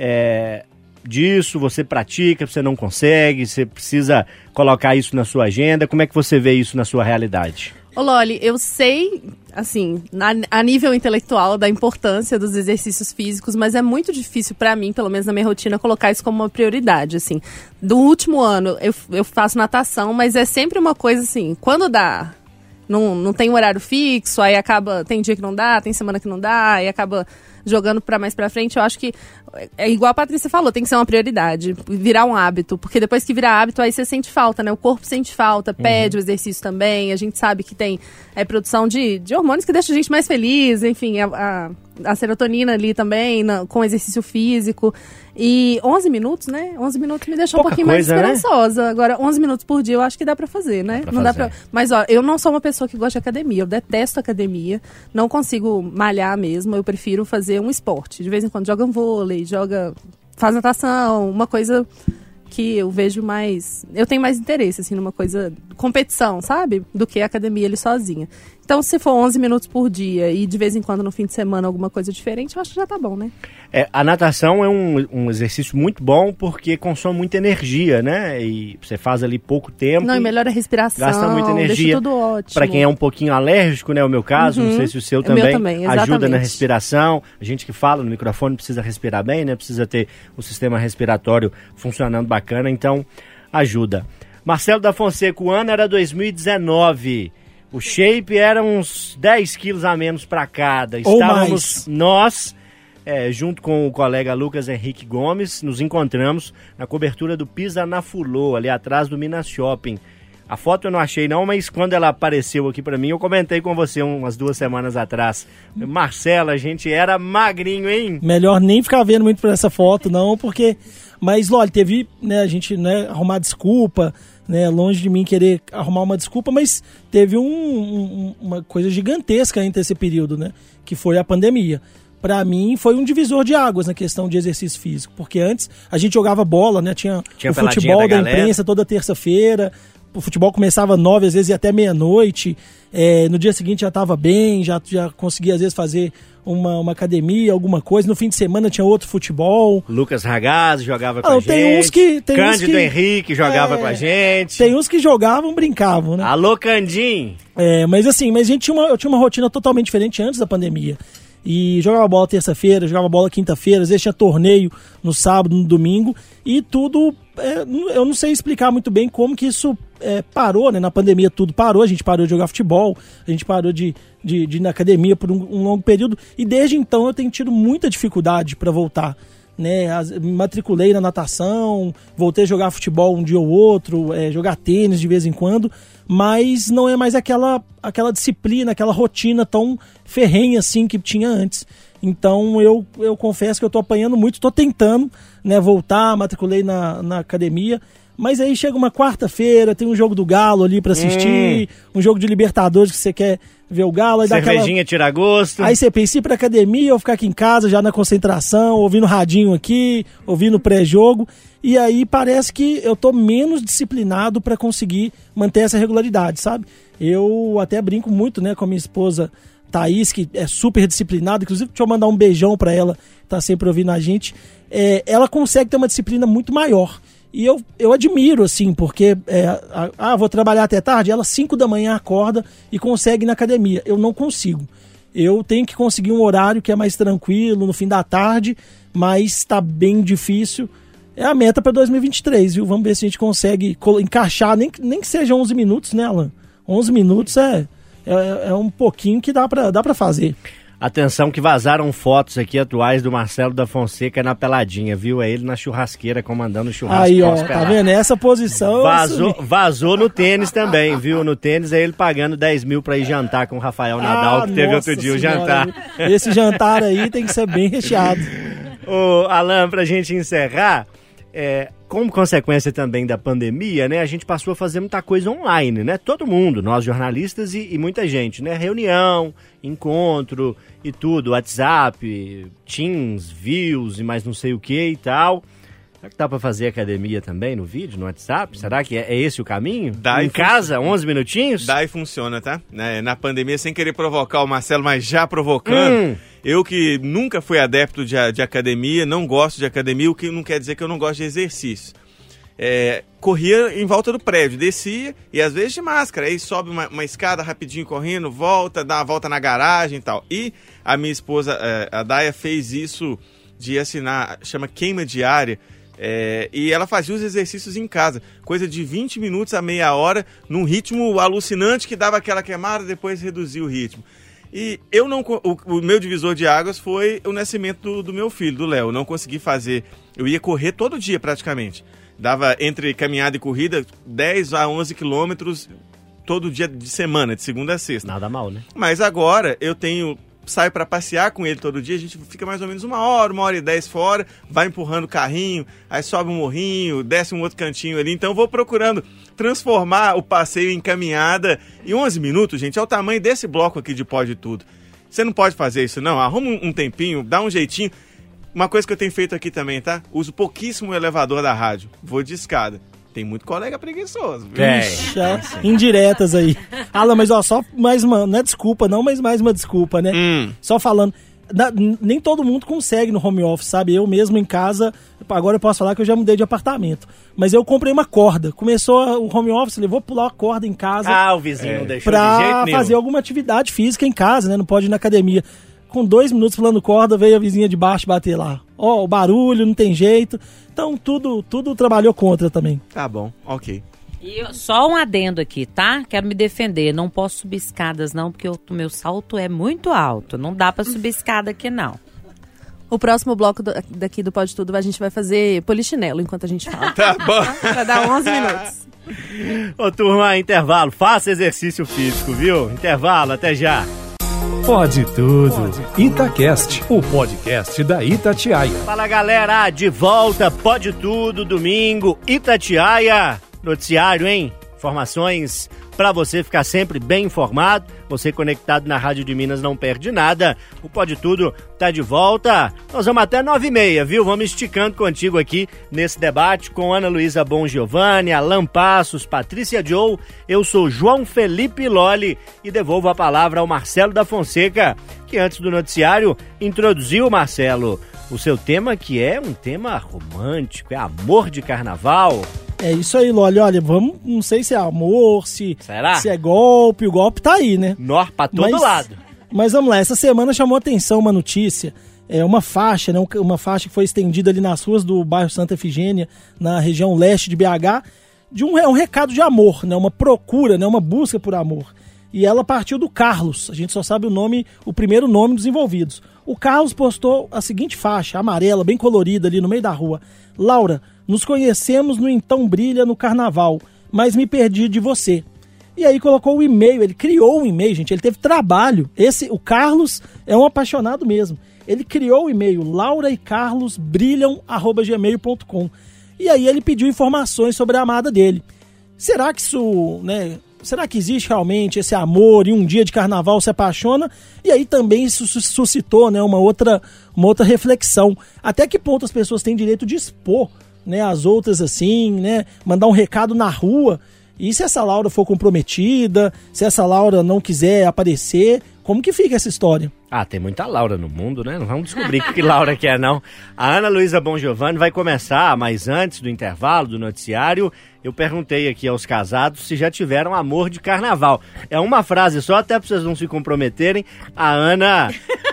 disso? Você pratica, você não consegue, você precisa colocar isso na sua agenda? Como é que você vê isso na sua realidade? Ô Loli, eu sei, assim, a nível intelectual da importância dos exercícios físicos, mas é muito difícil pra mim, pelo menos na minha rotina, colocar isso como uma prioridade, assim. Do último ano, eu faço natação, mas é sempre uma coisa assim, quando dá... Não tem um horário fixo, aí acaba, tem dia que não dá, tem semana que não dá, aí acaba jogando pra mais pra frente. Eu acho que é igual a Patrícia falou, tem que ser uma prioridade, virar um hábito, porque depois que virar hábito, aí você sente falta, né? O corpo sente falta, pede o exercício também, a gente sabe que tem produção de hormônios que deixam a gente mais feliz, enfim, a serotonina ali também, com o exercício físico. E 11 minutos, né? 11 minutos me deixou um pouquinho mais esperançosa. Né? Agora, 11 minutos por dia eu acho que dá pra fazer, né? Dá pra... Mas, ó, eu não sou uma pessoa que gosta de academia. Eu detesto academia. Não consigo malhar mesmo. Eu prefiro fazer um esporte. De vez em quando joga um vôlei, faz natação, uma coisa que eu vejo mais... Eu tenho mais interesse, assim, numa coisa... competição, sabe? Do que a academia ali sozinha. Então, se for 11 minutos por dia e de vez em quando no fim de semana alguma coisa diferente, eu acho que já tá bom, né? A natação é um exercício muito bom porque consome muita energia, né? E você faz ali pouco tempo. Não, e melhora a respiração, gasta muita energia. Deixa tudo ótimo. Para quem é um pouquinho alérgico, né? O meu caso, não sei se o seu também ajuda na respiração. A gente que fala no microfone precisa respirar bem, né? Precisa ter o sistema respiratório funcionando bacana, então ajuda. Marcelo da Fonseca, o ano era 2019. O shape era uns 10 quilos a menos para cada. Estávamos nós, junto com o colega Lucas Henrique Gomes, nos encontramos na cobertura do Pisa na Fulô, ali atrás do Minas Shopping. A foto eu não achei não, mas quando ela apareceu aqui para mim, eu comentei com você umas 2 semanas atrás. Marcelo, a gente era magrinho, hein? Melhor nem ficar vendo muito por essa foto, não, porque... Mas, Loli, teve, né, a gente, né, arrumar desculpa... Né, longe de mim querer arrumar uma desculpa, mas teve uma coisa gigantesca entre esse período, né, que foi a pandemia. Para mim, foi um divisor de águas na questão de exercício físico, porque antes a gente jogava bola, né, tinha o futebol da imprensa toda terça-feira, o futebol começava 9, às vezes ia até meia-noite, no dia seguinte já estava bem, já conseguia às vezes fazer uma academia, alguma coisa. No fim de semana tinha outro futebol. Lucas Ragazzi jogava com a gente. Cândido Henrique jogava com a gente. Tem uns que jogavam, brincavam, né? Alô, Candim! Mas assim, eu tinha uma rotina totalmente diferente antes da pandemia. E jogava bola terça-feira, jogava bola quinta-feira, às vezes tinha torneio no sábado, no domingo. E tudo, eu não sei explicar muito bem como que isso parou, né? Na pandemia tudo parou, a gente parou de jogar futebol, a gente parou de ir na academia por um longo período. E desde então eu tenho tido muita dificuldade para voltar. Né, me matriculei na natação, voltei a jogar futebol um dia ou outro, jogar tênis de vez em quando, mas não é mais aquela disciplina, aquela rotina tão ferrenha assim que tinha antes. Então eu confesso que eu tô apanhando muito, tô tentando, né, voltar, matriculei na academia, Mas aí chega uma quarta-feira, tem um jogo do Galo ali pra assistir, um jogo de Libertadores que você quer ver o Galo. Aí cervejinha tira gosto. Aí você pensa, ir pra academia ou ficar aqui em casa já na concentração, ouvindo radinho aqui, ouvindo pré-jogo. E aí parece que eu tô menos disciplinado pra conseguir manter essa regularidade, sabe? Eu até brinco muito, né, com a minha esposa Thaís, que é super disciplinada. Inclusive, deixa eu mandar um beijão pra ela, que tá sempre ouvindo a gente. Ela consegue ter uma disciplina muito maior. E eu admiro, assim, porque vou trabalhar até tarde, ela 5 da manhã acorda e consegue ir na academia. Eu não consigo. Eu tenho que conseguir um horário que é mais tranquilo, no fim da tarde, mas está bem difícil. É a meta para 2023, viu? Vamos ver se a gente consegue encaixar, nem que seja 11 minutos, né, Alan? 11 minutos é um pouquinho que dá pra fazer. Atenção que vazaram fotos aqui atuais do Marcelo da Fonseca na peladinha, viu? É ele na churrasqueira comandando o churrasco. Aí, ó, tá vendo? Essa posição... Vazou no tênis também, viu? No tênis é ele pagando 10 mil pra ir jantar com o Rafael Nadal, que teve outro dia o jantar. Esse jantar aí tem que ser bem recheado. Ô, Alan, pra gente encerrar... como consequência também da pandemia, né, a gente passou a fazer muita coisa online, né? Todo mundo, nós jornalistas e muita gente, né? Reunião, encontro e tudo, WhatsApp, Teams, Views e mais não sei o que e tal. Será que dá pra fazer academia também no vídeo, no WhatsApp? Será que é esse o caminho? Dá em casa, 11 minutinhos? Dá e funciona, tá? Na pandemia, sem querer provocar o Marcelo, mas já provocando. Eu que nunca fui adepto de academia, não gosto de academia, o que não quer dizer que eu não gosto de exercício. Corria em volta do prédio, descia e às vezes de máscara, aí sobe uma escada rapidinho correndo, volta, dá uma volta na garagem e tal. E a minha esposa, a Daia, fez isso de assinar, chama queima diária, e ela fazia os exercícios em casa, coisa de 20 minutos a meia hora, num ritmo alucinante que dava aquela queimada, depois reduzia o ritmo. E eu não, o meu divisor de águas foi o nascimento do meu filho, do Léo. Eu não consegui fazer, eu ia correr todo dia praticamente. Dava entre caminhada e corrida 10 a 11 quilômetros todo dia de semana, de segunda a sexta. Nada mal, né? Mas agora eu saio para passear com ele todo dia, a gente fica mais ou menos 1h10 fora, vai empurrando o carrinho, aí sobe um morrinho, desce um outro cantinho ali. Então eu vou procurando transformar o passeio em caminhada. E 11 minutos, gente, é o tamanho desse bloco aqui de Pode Tudo. Você não pode fazer isso, não. Arruma um tempinho, dá um jeitinho. Uma coisa que eu tenho feito aqui também, tá? Uso pouquíssimo o elevador da rádio. Vou de escada. Tem muito colega preguiçoso. Indiretas aí. Alan, mas ó, só mais uma... Não é desculpa não, mas mais uma desculpa, né? Só falando... Nem todo mundo consegue no home office, sabe? Eu mesmo em casa, agora eu posso falar que eu já mudei de apartamento. Mas eu comprei uma corda. Começou o home office, vou pular a corda em casa. O vizinho não deixou de jeito nenhum. Pra fazer alguma atividade física em casa, né? Não pode ir na academia. Com 2 minutos pulando corda, veio a vizinha de baixo bater lá. O barulho, não tem jeito. Então tudo trabalhou contra também. Tá bom, ok. E só um adendo aqui, tá? Quero me defender. Não posso subir escadas, não, porque o meu salto é muito alto. Não dá pra subir escada aqui, não. O próximo bloco daqui do Pode Tudo, a gente vai fazer polichinelo enquanto a gente fala. Tá bom. Vai dar 11 minutos. Ô, turma, intervalo. Faça exercício físico, viu? Intervalo, até já. Pode Tudo. Itacast, o podcast da Itatiaia. Fala, galera, de volta, Pode Tudo, domingo, Itatiaia. Noticiário, hein? Informações para você ficar sempre bem informado. Você conectado na Rádio de Minas não perde nada. O Pode Tudo tá de volta. Nós vamos até 9h30, viu? Vamos esticando contigo aqui nesse debate com Ana Luísa Bongiovanni, Alan Passos, Patrícia Joe. Eu sou João Felipe Lolli e devolvo a palavra ao Marcelo da Fonseca, que antes do noticiário introduziu, Marcelo, o seu tema, que é um tema romântico, é amor de carnaval. É isso aí, Lolli. Olha, vamos, não sei se é amor, se é golpe. O golpe tá aí, né? Pra todo lado. Mas vamos lá, essa semana chamou atenção uma notícia, uma faixa, né? Uma faixa que foi estendida ali nas ruas do bairro Santa Efigênia, na região leste de BH, de um recado de amor, né? Uma procura, né? Uma busca por amor. E ela partiu do Carlos, a gente só sabe o primeiro nome dos envolvidos. O Carlos postou a seguinte faixa, amarela, bem colorida ali no meio da rua. Laura, nos conhecemos no Então Brilha no Carnaval, mas me perdi de você. E aí colocou o e-mail, ele criou um e-mail, gente, ele teve trabalho. O Carlos é um apaixonado mesmo. Ele criou o e-mail, lauraicarlosbrilham@gmail.com. E aí ele pediu informações sobre a amada dele. Será que isso, né? Será que existe realmente esse amor e um dia de carnaval se apaixona? E aí também isso suscitou, né, uma outra reflexão. Até que ponto as pessoas têm direito de expor, né, as outras assim, né, mandar um recado na rua? E se essa Laura for comprometida, se essa Laura não quiser aparecer, como que fica essa história? Ah, tem muita Laura no mundo, né? Não vamos descobrir que Laura que é, não. A Ana Luísa Bongiovanni vai começar, mas antes do intervalo, do noticiário, eu perguntei aqui aos casados se já tiveram amor de carnaval. É uma frase só, até pra vocês não se comprometerem. A Ana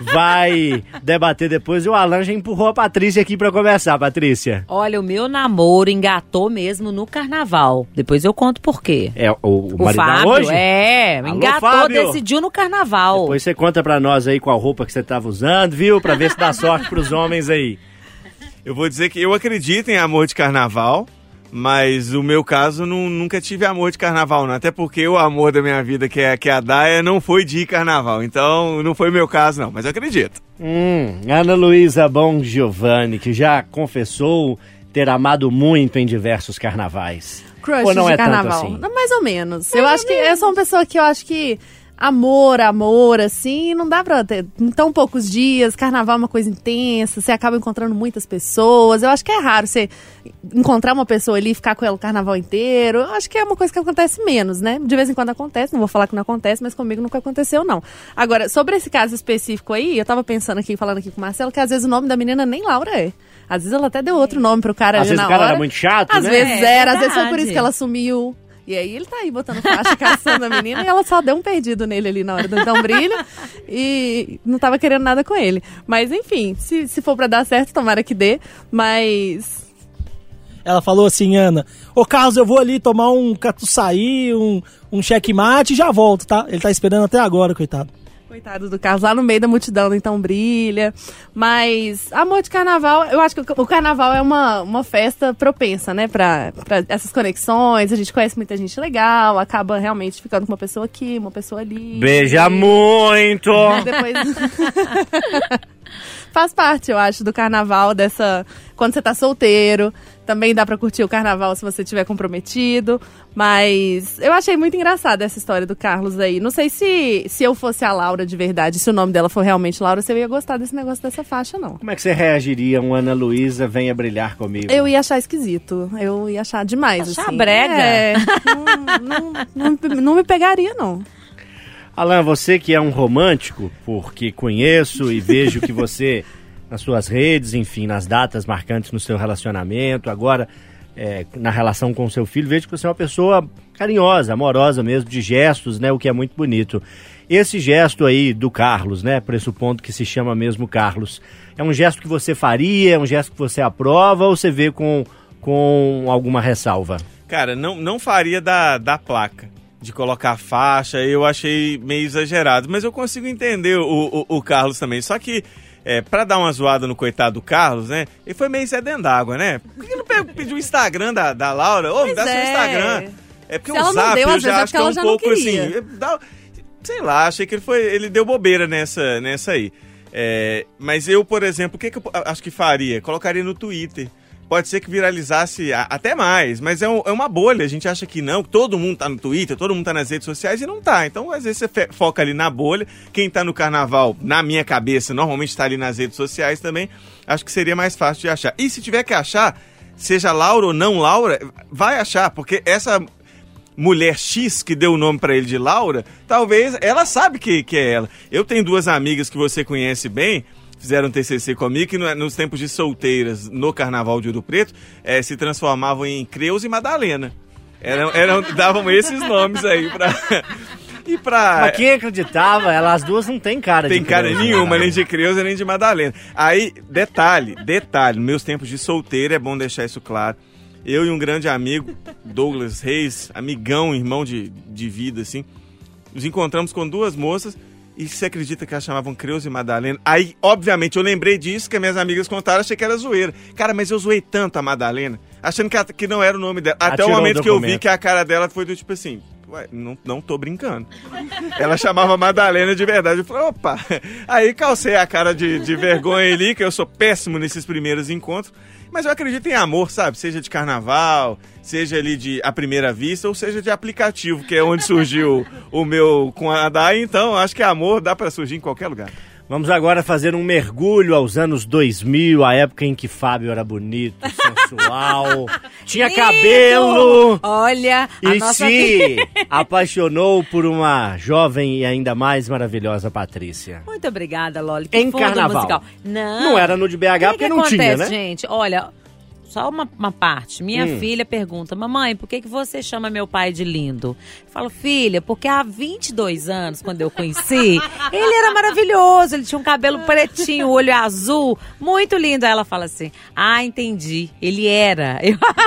vai debater depois e o Alan já empurrou a Patrícia aqui pra conversar. Patrícia. Olha, o meu namoro engatou mesmo no carnaval. Depois eu conto por quê. É o marido Fábio, hoje? Alô, engatou, Fábio. Decidiu no carnaval. Depois você conta pra nós aí qual roupa que você tava usando, viu? Pra ver se dá sorte pros homens aí. Eu vou dizer que eu acredito em amor de carnaval, mas o meu caso nunca tive amor de carnaval, não. Até porque o amor da minha vida, que é a Daia, não foi de carnaval. Então não foi o meu caso, não. Mas eu acredito. Ana Luísa Bongiovanni, que já confessou ter amado muito em diversos carnavais. Crush ou não de é carnaval. tanto assim? Mais ou menos. Eu sou uma pessoa que eu acho que amor, assim, não dá pra ter tão poucos dias. Carnaval é uma coisa intensa, você acaba encontrando muitas pessoas. Eu acho que é raro você encontrar uma pessoa ali e ficar com ela o carnaval inteiro. Eu acho que é uma coisa que acontece menos, né? De vez em quando acontece, não vou falar que não acontece, mas comigo nunca aconteceu, não. Agora, sobre esse caso específico aí, eu tava pensando aqui, falando aqui com o Marcelo, que às vezes o nome da menina nem Laura é. Às vezes ela até deu outro nome pro cara ali na hora. Às vezes o cara era muito chato, às né? Vezes era, às vezes foi por isso que ela sumiu. E aí ele tá aí botando faixa, caçando a menina, e ela só deu um perdido nele ali na hora do Então Brilha e não tava querendo nada com ele. Mas enfim, se for pra dar certo, tomara que dê, mas... Ela falou assim, Ana, ô Carlos, eu vou ali tomar um catuçaí, um checkmate e já volto, tá? Ele tá esperando até agora, coitado. Coitado do Carlos, lá no meio da multidão, Então Brilha. Mas, amor de carnaval, eu acho que o carnaval é uma festa propensa, né? Pra essas conexões, a gente conhece muita gente legal, acaba realmente ficando com uma pessoa aqui, uma pessoa ali. Beija muito! Depois... Faz parte, eu acho, do carnaval, quando você tá solteiro. Também dá pra curtir o carnaval se você estiver comprometido. Mas eu achei muito engraçada essa história do Carlos aí. Não sei se eu fosse a Laura de verdade, se o nome dela for realmente Laura, você ia gostar desse negócio dessa faixa, não. Como é que você reagiria um Ana Luísa venha brilhar comigo? Eu ia achar esquisito. Eu ia achar demais, achar assim. brega? Não me pegaria, não. Alan, você que é um romântico, porque conheço e vejo que você, nas suas redes, enfim, nas datas marcantes no seu relacionamento, agora na relação com o seu filho, vejo que você é uma pessoa carinhosa, amorosa mesmo, de gestos, né, o que é muito bonito. Esse gesto aí do Carlos, né, pressupondo que se chama mesmo Carlos, é um gesto que você faria, é um gesto que você aprova ou você vê com alguma ressalva? Cara, não faria da placa. De colocar faixa, eu achei meio exagerado. Mas eu consigo entender o Carlos também. Só que, pra dar uma zoada no coitado do Carlos, né? Ele foi meio Zé dentro d'água, né? Por que não pediu o Instagram da Laura? Ô, me dá seu Instagram. É porque se o Zap eu já acho que é um pouco assim... Sei lá, achei que ele deu bobeira nessa aí. Mas eu, por exemplo, o que eu acho que faria? Colocaria no Twitter. Pode ser que viralizasse até mais, mas é uma bolha. A gente acha que não, que todo mundo tá no Twitter, todo mundo tá nas redes sociais e não tá. Então, às vezes, você foca ali na bolha. Quem tá no carnaval, na minha cabeça, normalmente tá ali nas redes sociais também. Acho que seria mais fácil de achar. E se tiver que achar, seja Laura ou não Laura, vai achar, porque essa mulher X que deu o nome pra ele de Laura, talvez ela sabe que é ela. Eu tenho duas amigas que você conhece bem, fizeram TCC comigo, que nos tempos de solteiras, no Carnaval de Ouro Preto, se transformavam em Creus e Madalena. Davam esses nomes aí pra... Mas quem acreditava, as duas não tem cara de Creus. Tem cara nenhuma, nem de Creus nem de Madalena. Aí, detalhe, nos meus tempos de solteira, é bom deixar isso claro, eu e um grande amigo, Douglas Reis, amigão, irmão de vida, assim, nos encontramos com duas moças. E você acredita que elas chamavam Creus e Madalena? Aí, obviamente, eu lembrei disso, que minhas amigas contaram, achei que era zoeira. Cara, mas eu zoei tanto a Madalena, achando que não era o nome dela. Até o momento que eu vi que a cara dela foi do tipo assim, ué, não tô brincando. Ela chamava Madalena de verdade. Eu falei, opa. Aí calcei a cara de vergonha ali, que eu sou péssimo nesses primeiros encontros. Mas eu acredito em amor, sabe? Seja de carnaval, seja ali de à primeira vista, ou seja de aplicativo, que é onde surgiu o meu com a Day. Então, acho que amor dá pra surgir em qualquer lugar. Vamos agora fazer um mergulho aos anos 2000, a época em que Fábio era bonito, sensual, tinha Lindo! Cabelo. Olha, a E nossa se apaixonou por uma jovem e ainda mais maravilhosa Patrícia. Muito obrigada, Loli. Que Em fundo carnaval. Musical. Não era no de BH porque não acontece, tinha, né? gente? Olha, só uma parte. Minha filha pergunta, mamãe, por que você chama meu pai de lindo? Eu falo, filha, porque há 22 anos, quando eu conheci, ele era maravilhoso, ele tinha um cabelo pretinho, olho azul, muito lindo. Aí ela fala assim, entendi, ele era.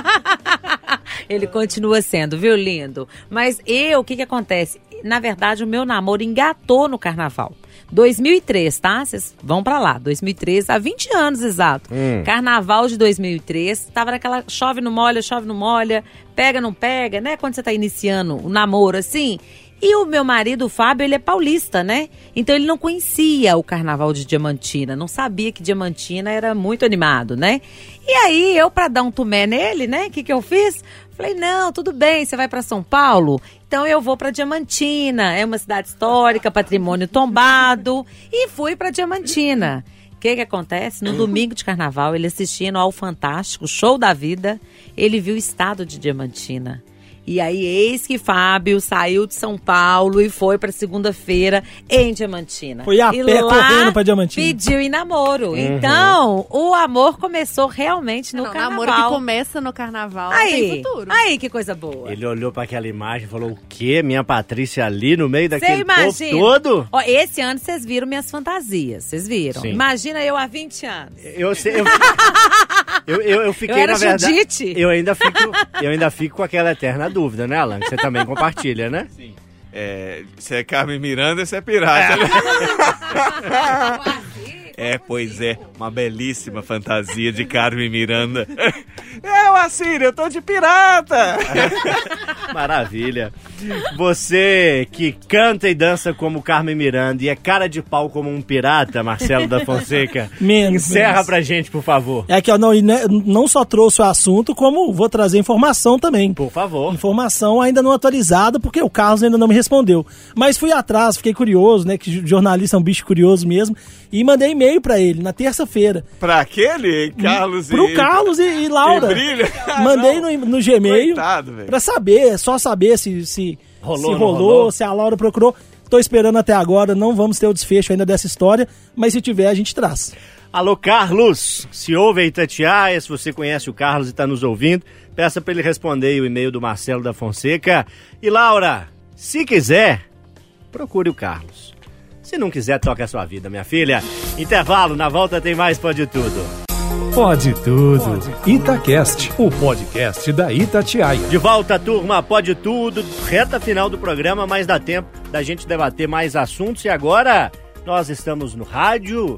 Ele continua sendo, viu, lindo? Mas o que acontece? Na verdade, o meu namoro engatou no carnaval. 2003, tá? Vocês vão pra lá. 2003, há 20 anos exato. Carnaval de 2003, tava naquela chove não molha, pega não pega, né? Quando você tá iniciando o namoro assim. E o meu marido, o Fábio, ele é paulista, né? Então ele não conhecia o carnaval de Diamantina, não sabia que Diamantina era muito animado, né? E aí, eu pra dar um tumé nele, né? O que eu fiz? Falei, não, tudo bem, você vai pra São Paulo? Então eu vou pra Diamantina, é uma cidade histórica, patrimônio tombado, e fui pra Diamantina. O que acontece? No domingo de carnaval, ele assistindo ao Fantástico, Show da Vida, ele viu o estado de Diamantina. E aí, eis que Fábio saiu de São Paulo e foi pra segunda-feira em Diamantina. Foi a pé correndo pra Diamantina. Pediu em namoro. Então, o amor começou realmente no carnaval. Namoro que começa no carnaval tem futuro. Aí, que coisa boa. Ele olhou pra aquela imagem e falou, o quê? Minha Patrícia ali no meio daquele povo imagina? todo? Ó, esse ano vocês viram minhas fantasias, vocês viram? Sim. Imagina eu há 20 anos. Eu fiquei, Eu era na verdade... Judite. Eu ainda fico com aquela eterna dúvida, né, Alan? Que você também compartilha, né? Sim. Se é Carmen Miranda, se é pirata. Pois é, uma belíssima fantasia de Carmen Miranda. Assírio, eu tô de pirata! Maravilha. Você que canta e dança como Carmen Miranda e é cara de pau como um pirata, Marcelo da Fonseca, encerra pra gente, por favor. É que eu não só trouxe o assunto, como vou trazer informação também. Por favor. Informação ainda não atualizada, porque o Carlos ainda não me respondeu. Mas fui atrás, fiquei curioso, né, que jornalista é um bicho curioso mesmo, e mandei e-mail pra ele na terça-feira. Pra aquele? Carlos Pro Carlos e Laura. E Brilha? Mandei no Gmail. Coitado, pra saber, só saber se rolou, rolou, se a Laura procurou. Tô esperando até agora, não vamos ter o desfecho ainda dessa história, mas se tiver a gente traz. Alô, Carlos, se ouve a Itatiaia, se você conhece o Carlos e está nos ouvindo, peça para ele responder o e-mail do Marcelo da Fonseca. E Laura, se quiser, procure o Carlos. Se não quiser, toca a sua vida, minha filha. Intervalo, na volta tem mais Pode Tudo. Pode Tudo. Itacast, o podcast da Itatiaia. De volta, turma, Pode Tudo. Reta final do programa, mas dá tempo da gente debater mais assuntos. E agora, nós estamos no rádio,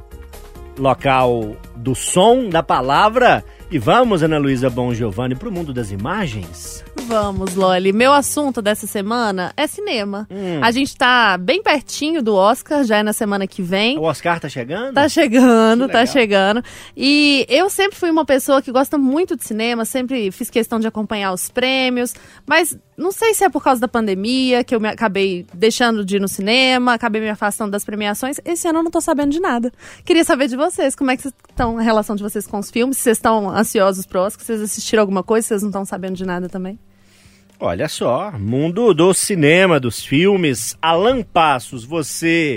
local do som, da palavra. E vamos, Ana Luísa Bon Giovanni, pro mundo das imagens? Vamos, Loli. Meu assunto dessa semana é cinema. A gente tá bem pertinho do Oscar, já é na semana que vem. O Oscar tá chegando? Tá chegando. E eu sempre fui uma pessoa que gosta muito de cinema, sempre fiz questão de acompanhar os prêmios, mas não sei se é por causa da pandemia, que eu acabei deixando de ir no cinema, acabei me afastando das premiações. Esse ano eu não tô sabendo de nada. Queria saber de vocês, como é que estão a relação de vocês com os filmes, se vocês estão ansiosos pro Oscar, se vocês assistiram alguma coisa, se vocês não estão sabendo de nada também. Olha só, mundo do cinema, dos filmes. Alan Passos, você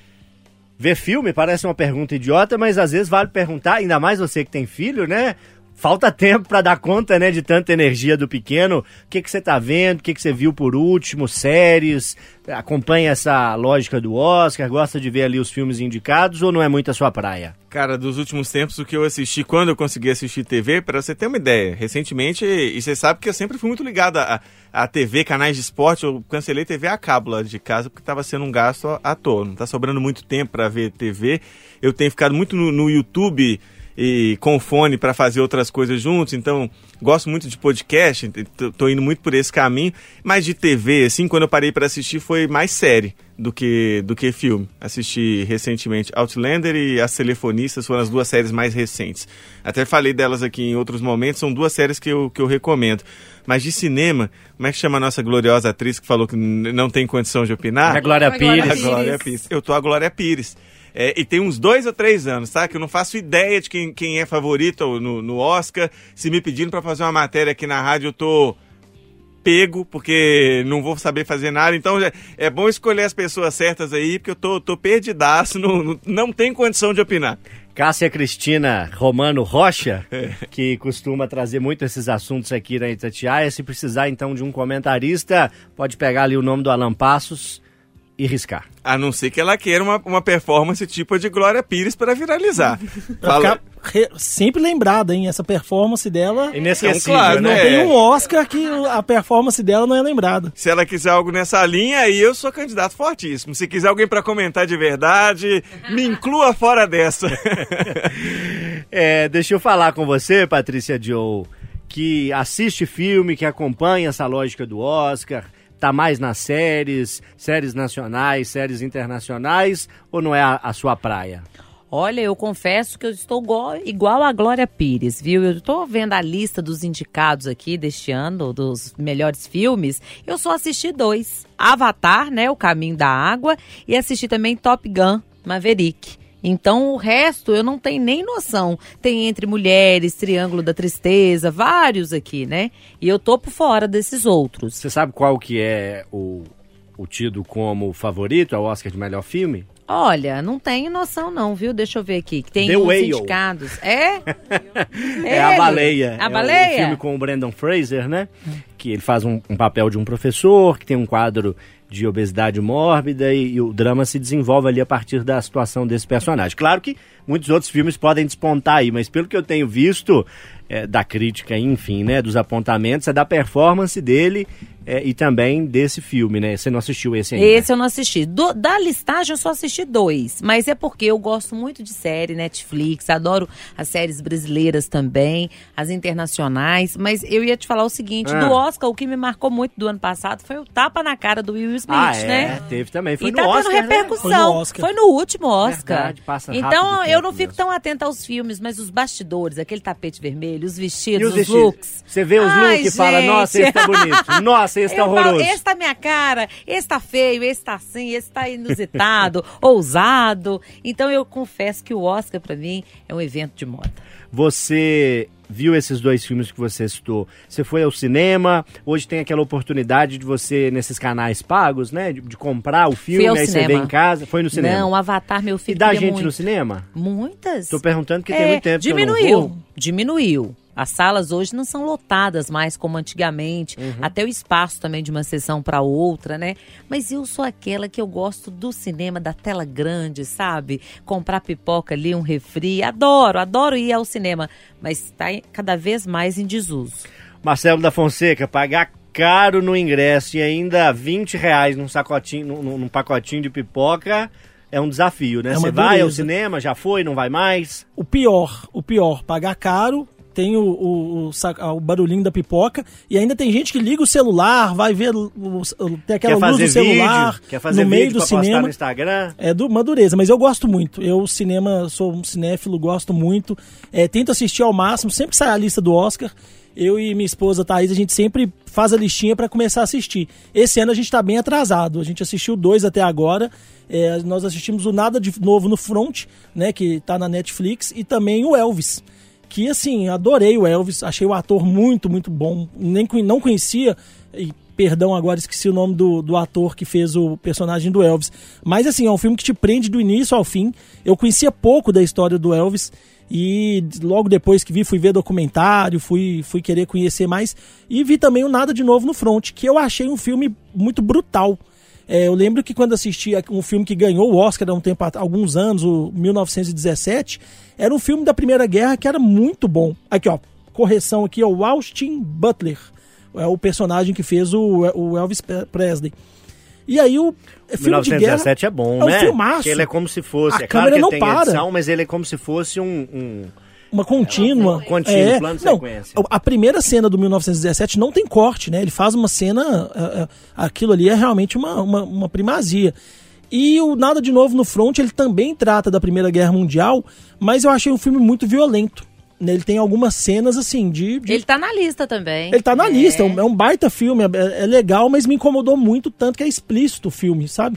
vê filme? Parece uma pergunta idiota, mas às vezes vale perguntar, ainda mais você que tem filho, né? Falta tempo para dar conta, né, de tanta energia do pequeno. O que você tá vendo? O que você viu por último? Séries? Acompanha essa lógica do Oscar? Gosta de ver ali os filmes indicados ou não é muito a sua praia? Cara, dos últimos tempos, o que eu assisti, quando eu consegui assistir TV, para você ter uma ideia, recentemente, e você sabe que eu sempre fui muito ligado a TV, canais de esporte, eu cancelei TV a cabo lá de casa porque estava sendo um gasto à toa, não tá sobrando muito tempo para ver TV. Eu tenho ficado muito no YouTube, e com fone para fazer outras coisas juntos, então gosto muito de podcast, tô indo muito por esse caminho, mas de TV, assim, quando eu parei para assistir foi mais série do que filme. Assisti recentemente Outlander e As Telefonistas, foram as 2 séries mais recentes. Até falei delas aqui em outros momentos, são 2 séries que eu recomendo. Mas de cinema, como é que chama a nossa gloriosa atriz que falou que não tem condição de opinar? A Glória Pires. A Glória Pires. Eu tô a Glória Pires. E tem uns 2 ou 3 anos, tá? Que eu não faço ideia de quem é favorito no Oscar. Se me pedindo pra fazer uma matéria aqui na rádio, eu tô pego, porque não vou saber fazer nada. Então é bom escolher as pessoas certas aí, porque eu tô perdidaço, não tem condição de opinar. Cássia Cristina Romano Rocha, que costuma trazer muito esses assuntos aqui na Itatiaia. Se precisar, então, de um comentarista, pode pegar ali o nome do Alan Passos e riscar. A não ser que ela queira uma performance tipo a de Glória Pires para viralizar. Pra ficar sempre lembrada, hein? Essa performance dela... Inesquecível, claro, né? Não tem um Oscar que a performance dela não é lembrada. Se ela quiser algo nessa linha, aí eu sou candidato fortíssimo. Se quiser alguém para comentar de verdade, me inclua fora dessa. Deixa eu falar com você, Patrícia Joe, que assiste filme, que acompanha essa lógica do Oscar, tá mais nas séries nacionais, séries internacionais, ou não é a sua praia? Olha, eu confesso que eu estou igual a Glória Pires, viu? Eu estou vendo a lista dos indicados aqui deste ano, dos melhores filmes. Eu só assisti 2. Avatar, né? O Caminho da Água. E assisti também Top Gun, Maverick. Então, o resto eu não tenho nem noção. Tem Entre Mulheres, Triângulo da Tristeza, vários aqui, né? E eu tô por fora desses outros. Você sabe qual que é o tido como favorito ao Oscar de melhor filme? Olha, não tenho noção não, viu? Deixa eu ver aqui, que tem The uns Whale. Indicados. É? É A Baleia. A Baleia? É um filme com o Brendan Fraser, né? Que ele faz um papel de um professor, que tem um quadro de obesidade mórbida e o drama se desenvolve ali a partir da situação desse personagem. Claro que muitos outros filmes podem despontar aí, mas pelo que eu tenho visto, da crítica, enfim, né, dos apontamentos, é da performance dele e também desse filme, né? Você não assistiu esse ainda? Esse eu não assisti. Da listagem eu só assisti 2, mas é porque eu gosto muito de série, Netflix, adoro as séries brasileiras também, as internacionais, mas eu ia te falar o seguinte, do Oscar, o que me marcou muito do ano passado foi o tapa na cara do Will Smith, né? Teve também, foi e no tá Oscar, tendo repercussão, né? Foi no último Oscar. Verdade, passa então rápido eu não fico mesmo. tão atenta aos filmes, mas os bastidores, aquele tapete vermelho, os vestidos, E os vestidos? looks. Você vê os looks e fala, nossa, esse tá bonito, nossa, esse tá horroroso. Falo, esse tá minha cara, esse tá feio, esse tá assim, esse tá inusitado, ousado. Então eu confesso que o Oscar pra mim é um evento de moda. Você viu esses 2 filmes que você citou? Você foi ao cinema? Hoje tem aquela oportunidade de você, nesses canais pagos, né? De comprar o filme, aí cinema. você vê em casa. Foi no cinema? Não, Avatar, meu filho. E dá gente muito. no cinema? Muitas. Tô perguntando porque tem muito tempo diminuiu, que eu não vou. Diminuiu. As salas hoje não são lotadas mais como antigamente. Até o espaço também de uma sessão para outra, né? Mas eu sou aquela que eu gosto do cinema, da tela grande, sabe? Comprar pipoca ali, um refri. Adoro ir ao cinema. Mas está cada vez mais em desuso. Marcelo da Fonseca, pagar caro no ingresso e ainda R$20 num pacotinho de pipoca... É um desafio, né? Você vai ao cinema, já foi, não vai mais? O pior, pagar caro, tem o barulhinho da pipoca e ainda tem gente que liga o celular, vai ver, tem aquela luz do celular quer fazer no meio vídeo do cinema. Postar no Instagram. É uma dureza, mas eu gosto muito. Eu, cinema, sou um cinéfilo, gosto muito. Tento assistir ao máximo, sempre que sai a lista do Oscar, eu e minha esposa Thaís, a gente sempre faz a listinha para começar a assistir. Esse ano a gente tá bem atrasado, a gente assistiu 2 até agora. Nós assistimos o Nada de Novo no Front, né, que tá na Netflix, e também o Elvis, que assim, adorei o Elvis, achei o ator muito, muito bom, não conhecia, e perdão, agora esqueci o nome do ator que fez o personagem do Elvis, mas assim, é um filme que te prende do início ao fim. Eu conhecia pouco da história do Elvis, e logo depois que fui ver documentário, fui querer conhecer mais, e vi também o Nada de Novo no Front, que eu achei um filme muito brutal. Eu lembro que quando assisti um filme que ganhou o Oscar há alguns anos, o 1917, era um filme da Primeira Guerra que era muito bom. Aqui, ó, correção aqui, o Austin Butler, é o personagem que fez o Elvis Presley. E aí o filme 1917 de guerra é bom, né? É um filmaço. Porque ele é como se fosse, a câmera claro que não tem para. edição, mas ele é como se fosse uma contínua. Contínuo, plano de sequência. A primeira cena do 1917 não tem corte, né? Ele faz uma cena, aquilo ali é realmente uma primazia. E o Nada de Novo no Front, ele também trata da Primeira Guerra Mundial, mas eu achei um filme muito violento. Ele tem algumas cenas, assim, Ele tá na lista também. Ele tá na lista, é um baita filme, é legal, mas me incomodou muito, tanto que é explícito o filme, sabe?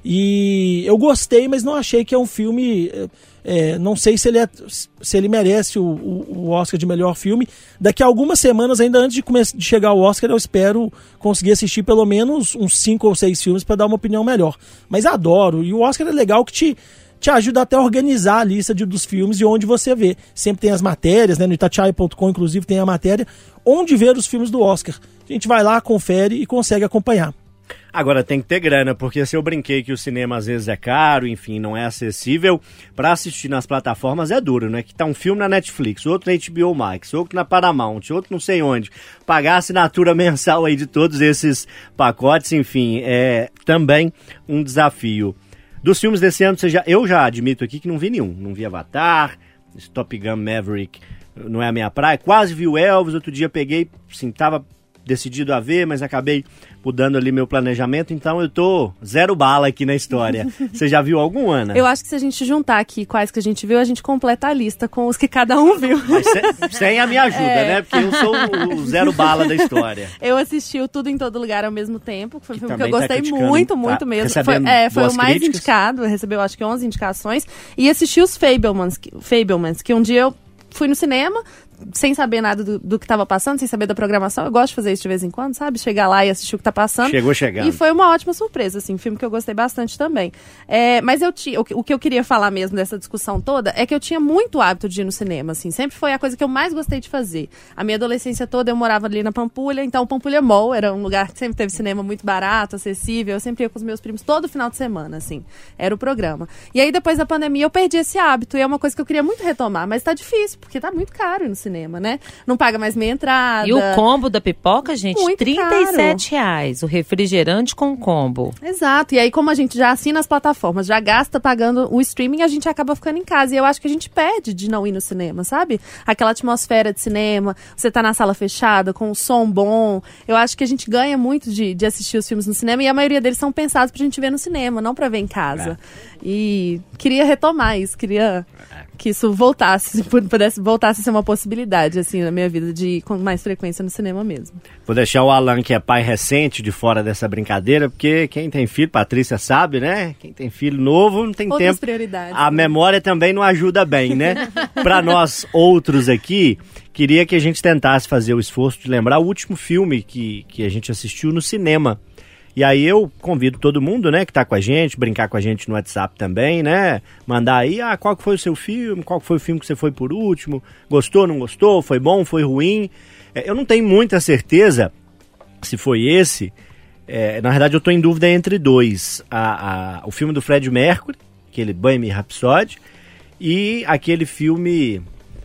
E eu gostei, mas não achei que é um filme... não sei se ele merece o Oscar de melhor filme. Daqui a algumas semanas, ainda antes de chegar ao Oscar, eu espero conseguir assistir pelo menos uns 5 ou 6 filmes para dar uma opinião melhor. Mas adoro, e o Oscar é legal que te ajuda até a organizar a lista dos filmes e onde você vê. Sempre tem as matérias, né? No Itatiaia.com, inclusive, tem a matéria onde ver os filmes do Oscar. A gente vai lá, confere e consegue acompanhar. Agora tem que ter grana, porque se eu brinquei que o cinema às vezes é caro, enfim, não é acessível, pra assistir nas plataformas é duro, né? Que tá um filme na Netflix, outro na HBO Max, outro na Paramount, outro não sei onde. Pagar a assinatura mensal aí de todos esses pacotes, enfim, é também um desafio. Dos filmes desse ano, eu já admito aqui que não vi nenhum. Não vi Avatar, Top Gun Maverick não é a minha praia. Quase vi o Elvis, outro dia peguei, assim, tava decidido a ver, mas acabei mudando ali meu planejamento, então eu tô 0 bala aqui na história. Você já viu algum, Ana? Eu acho que se a gente juntar aqui quais que a gente viu, a gente completa a lista com os que cada um viu. Mas sem a minha ajuda, né? Porque eu sou o 0 bala da história. Eu assisti o Tudo em Todo Lugar ao mesmo tempo, foi um filme que eu tá gostei muito mesmo. Foi o mais críticas. indicado, recebeu acho que 11 indicações. E assisti os Fabelmans, que um dia eu fui no cinema, sem saber nada do que estava passando, sem saber da programação. Eu gosto de fazer isso de vez em quando, sabe? Chegar lá e assistir o que tá passando. Chegou chegando. E foi uma ótima surpresa, assim, um filme que eu gostei bastante também. Mas o que eu queria falar mesmo dessa discussão toda é que eu tinha muito hábito de ir no cinema, assim. Sempre foi a coisa que eu mais gostei de fazer. A minha adolescência toda eu morava ali na Pampulha, então o Pampulha Mall era um lugar que sempre teve cinema muito barato, acessível. Eu sempre ia com os meus primos todo final de semana, assim. Era o programa. E aí, depois da pandemia, eu perdi esse hábito. E é uma coisa que eu queria muito retomar, mas tá difícil, porque tá muito caro ir no cinema, né? Não paga mais meia entrada. E o combo da pipoca, gente, muito R$37. O refrigerante com combo. Exato. E aí, como a gente já assina as plataformas, já gasta pagando o streaming, a gente acaba ficando em casa. E eu acho que a gente perde de não ir no cinema, sabe? Aquela atmosfera de cinema, você tá na sala fechada, com o som bom. Eu acho que a gente ganha muito de assistir os filmes no cinema, e a maioria deles são pensados pra gente ver no cinema, não pra ver em casa. E queria retomar isso, queria que isso voltasse, pudesse voltasse a ser uma possibilidade, assim, na minha vida, de ir com mais frequência no cinema mesmo. Vou deixar o Alan, que é pai recente, de fora dessa brincadeira, porque quem tem filho, Patrícia sabe, né? Quem tem filho novo não tem Outras tempo. prioridades. A memória também não ajuda bem, né? Para nós outros aqui, queria que a gente tentasse fazer o esforço de lembrar o último filme que a gente assistiu no cinema. E aí eu convido todo mundo, né, que tá com a gente, brincar com a gente no WhatsApp também, né? Mandar aí, qual que foi o seu filme, qual que foi o filme que você foi por último, gostou, não gostou, foi bom, foi ruim. Eu não tenho muita certeza se foi esse. Na verdade eu tô em dúvida entre dois. O filme do Freddie Mercury, aquele Bohemian Rhapsody, e aquele filme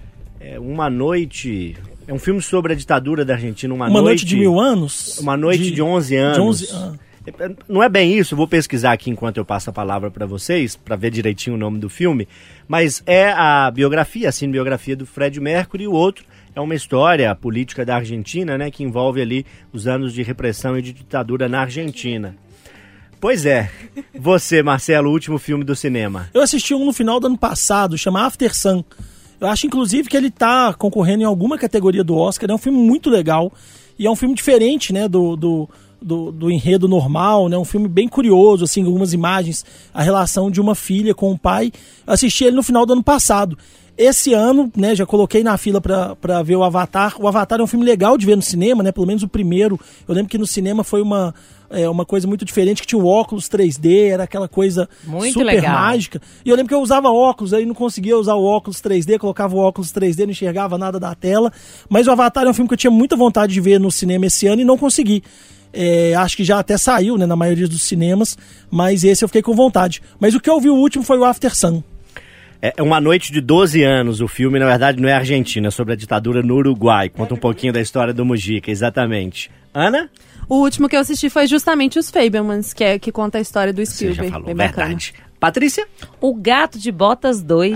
Uma Noite... É um filme sobre a ditadura da Argentina, Uma Noite de 1000 anos? Uma Noite de 11 anos. Não é bem isso, eu vou pesquisar aqui enquanto eu passo a palavra para vocês, para ver direitinho o nome do filme, mas é a biografia, a cinebiografia do Freddie Mercury, e o outro é uma história política da Argentina, né, que envolve ali os anos de repressão e de ditadura na Argentina. Pois é. Você, Marcelo, o último filme do cinema. Eu assisti um no final do ano passado, chama After Sun. Eu acho, inclusive, que ele tá concorrendo em alguma categoria do Oscar. É um filme muito legal. E é um filme diferente, né, do enredo normal, né? Um filme bem curioso, assim, com algumas imagens. A relação de uma filha com o pai. Eu assisti ele no final do ano passado. Esse ano, né, já coloquei na fila pra ver o Avatar. O Avatar é um filme legal de ver no cinema, né? Pelo menos o primeiro. Eu lembro que no cinema foi uma coisa muito diferente, que tinha o óculos 3D, era aquela coisa muito super legal. mágica. E eu lembro que eu usava óculos, aí não conseguia usar o óculos 3D, colocava o óculos 3D, não enxergava nada da tela. Mas o Avatar é um filme que eu tinha muita vontade de ver no cinema esse ano e não consegui. Acho que já até saiu, né, na maioria dos cinemas, mas esse eu fiquei com vontade. Mas o que eu vi o último foi o After Sun. É Uma Noite de 12 anos, o filme, na verdade, não é Argentina, é sobre a ditadura no Uruguai. Conta um pouquinho da história do Mujica, exatamente. Ana? O último que eu assisti foi justamente os Fabelmans, que conta a história do Spielberg. Você já falou, bem bacana. verdade. Patrícia? O Gato de Botas 2.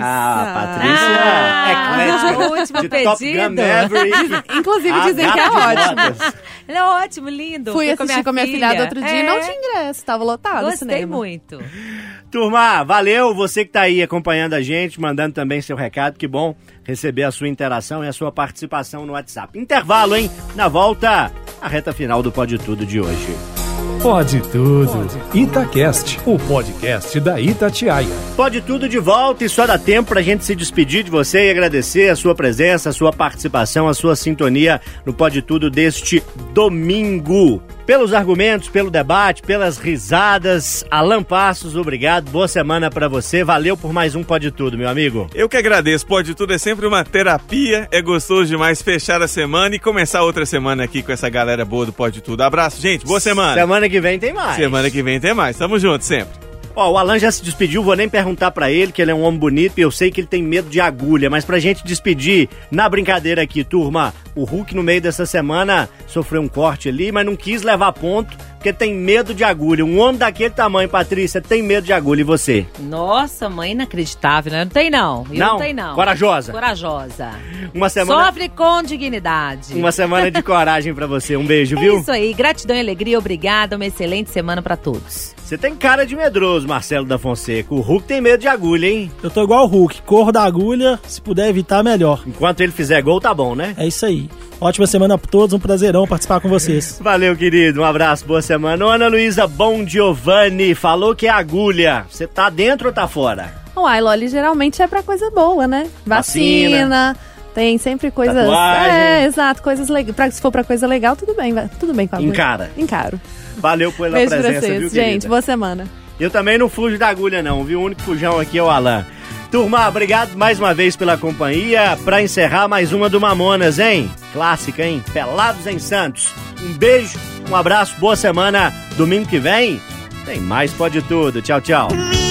Patrícia. O último de pedido. Top Gun Maverick. Inclusive dizem que é ótimo. Ele é ótimo, lindo. Fui assistir com a minha filhada outro dia e não tinha ingresso, tava lotado o Gostei cinema. muito. Turma, valeu você que tá aí acompanhando a gente, mandando também seu recado, que bom receber a sua interação e a sua participação no WhatsApp. Intervalo, hein? Na volta, a reta final do Pode Tudo de hoje. Pode Tudo. Itacast, o podcast da Itatiaia. Pode Tudo de volta e só dá tempo pra gente se despedir de você e agradecer a sua presença, a sua participação, a sua sintonia no Pode Tudo deste domingo. Pelos argumentos, pelo debate, pelas risadas, Alan Passos, obrigado, boa semana pra você, valeu por mais um Pode Tudo, meu amigo. Eu que agradeço, Pode Tudo é sempre uma terapia, é gostoso demais fechar a semana e começar outra semana aqui com essa galera boa do Pode Tudo. Abraço, gente, boa semana. Semana que vem tem mais. Semana que vem tem mais, tamo junto sempre. Ó, o Alan já se despediu, vou nem perguntar pra ele, que ele é um homem bonito e eu sei que ele tem medo de agulha, mas pra gente despedir, na brincadeira aqui, turma, o Hulk no meio dessa semana sofreu um corte ali, mas não quis levar ponto, porque tem medo de agulha. Um homem daquele tamanho, Patrícia, tem medo de agulha, e você? Nossa, mãe, inacreditável, né? Não tem não. Não tem não. Corajosa? Corajosa. Uma semana... Sofre com dignidade. Uma semana de coragem pra você, um beijo, É viu? isso aí, gratidão e alegria, obrigada, uma excelente semana pra todos. Você tem cara de medroso, Marcelo da Fonseca. O Hulk tem medo de agulha, hein? Eu tô igual o Hulk, corro da agulha, se puder evitar, melhor. Enquanto ele fizer gol, tá bom, né? É isso aí. Ótima semana pra todos, um prazerão participar com vocês. Valeu, querido, um abraço, boa semana. Ô, Ana Luísa Bom Giovanni, falou que é agulha. Você tá dentro ou tá fora? Uai, Loli, geralmente é pra coisa boa, né? Vacina. Tem sempre coisas... Tatuagem. Exato, coisas legais. Se for pra coisa legal, tudo bem com a agulha. Encara. Encaro. Valeu pela Beijo presença, pra vocês, viu, gente. querida? Boa semana. Eu também não fujo da agulha, não, viu? O único fujão aqui é o Alan. Turma, obrigado mais uma vez pela companhia. Pra encerrar, mais uma do Mamonas, hein? Clássica, hein? Pelados em Santos. Um beijo, um abraço, boa semana. Domingo que vem tem mais Pode Tudo. Tchau, tchau.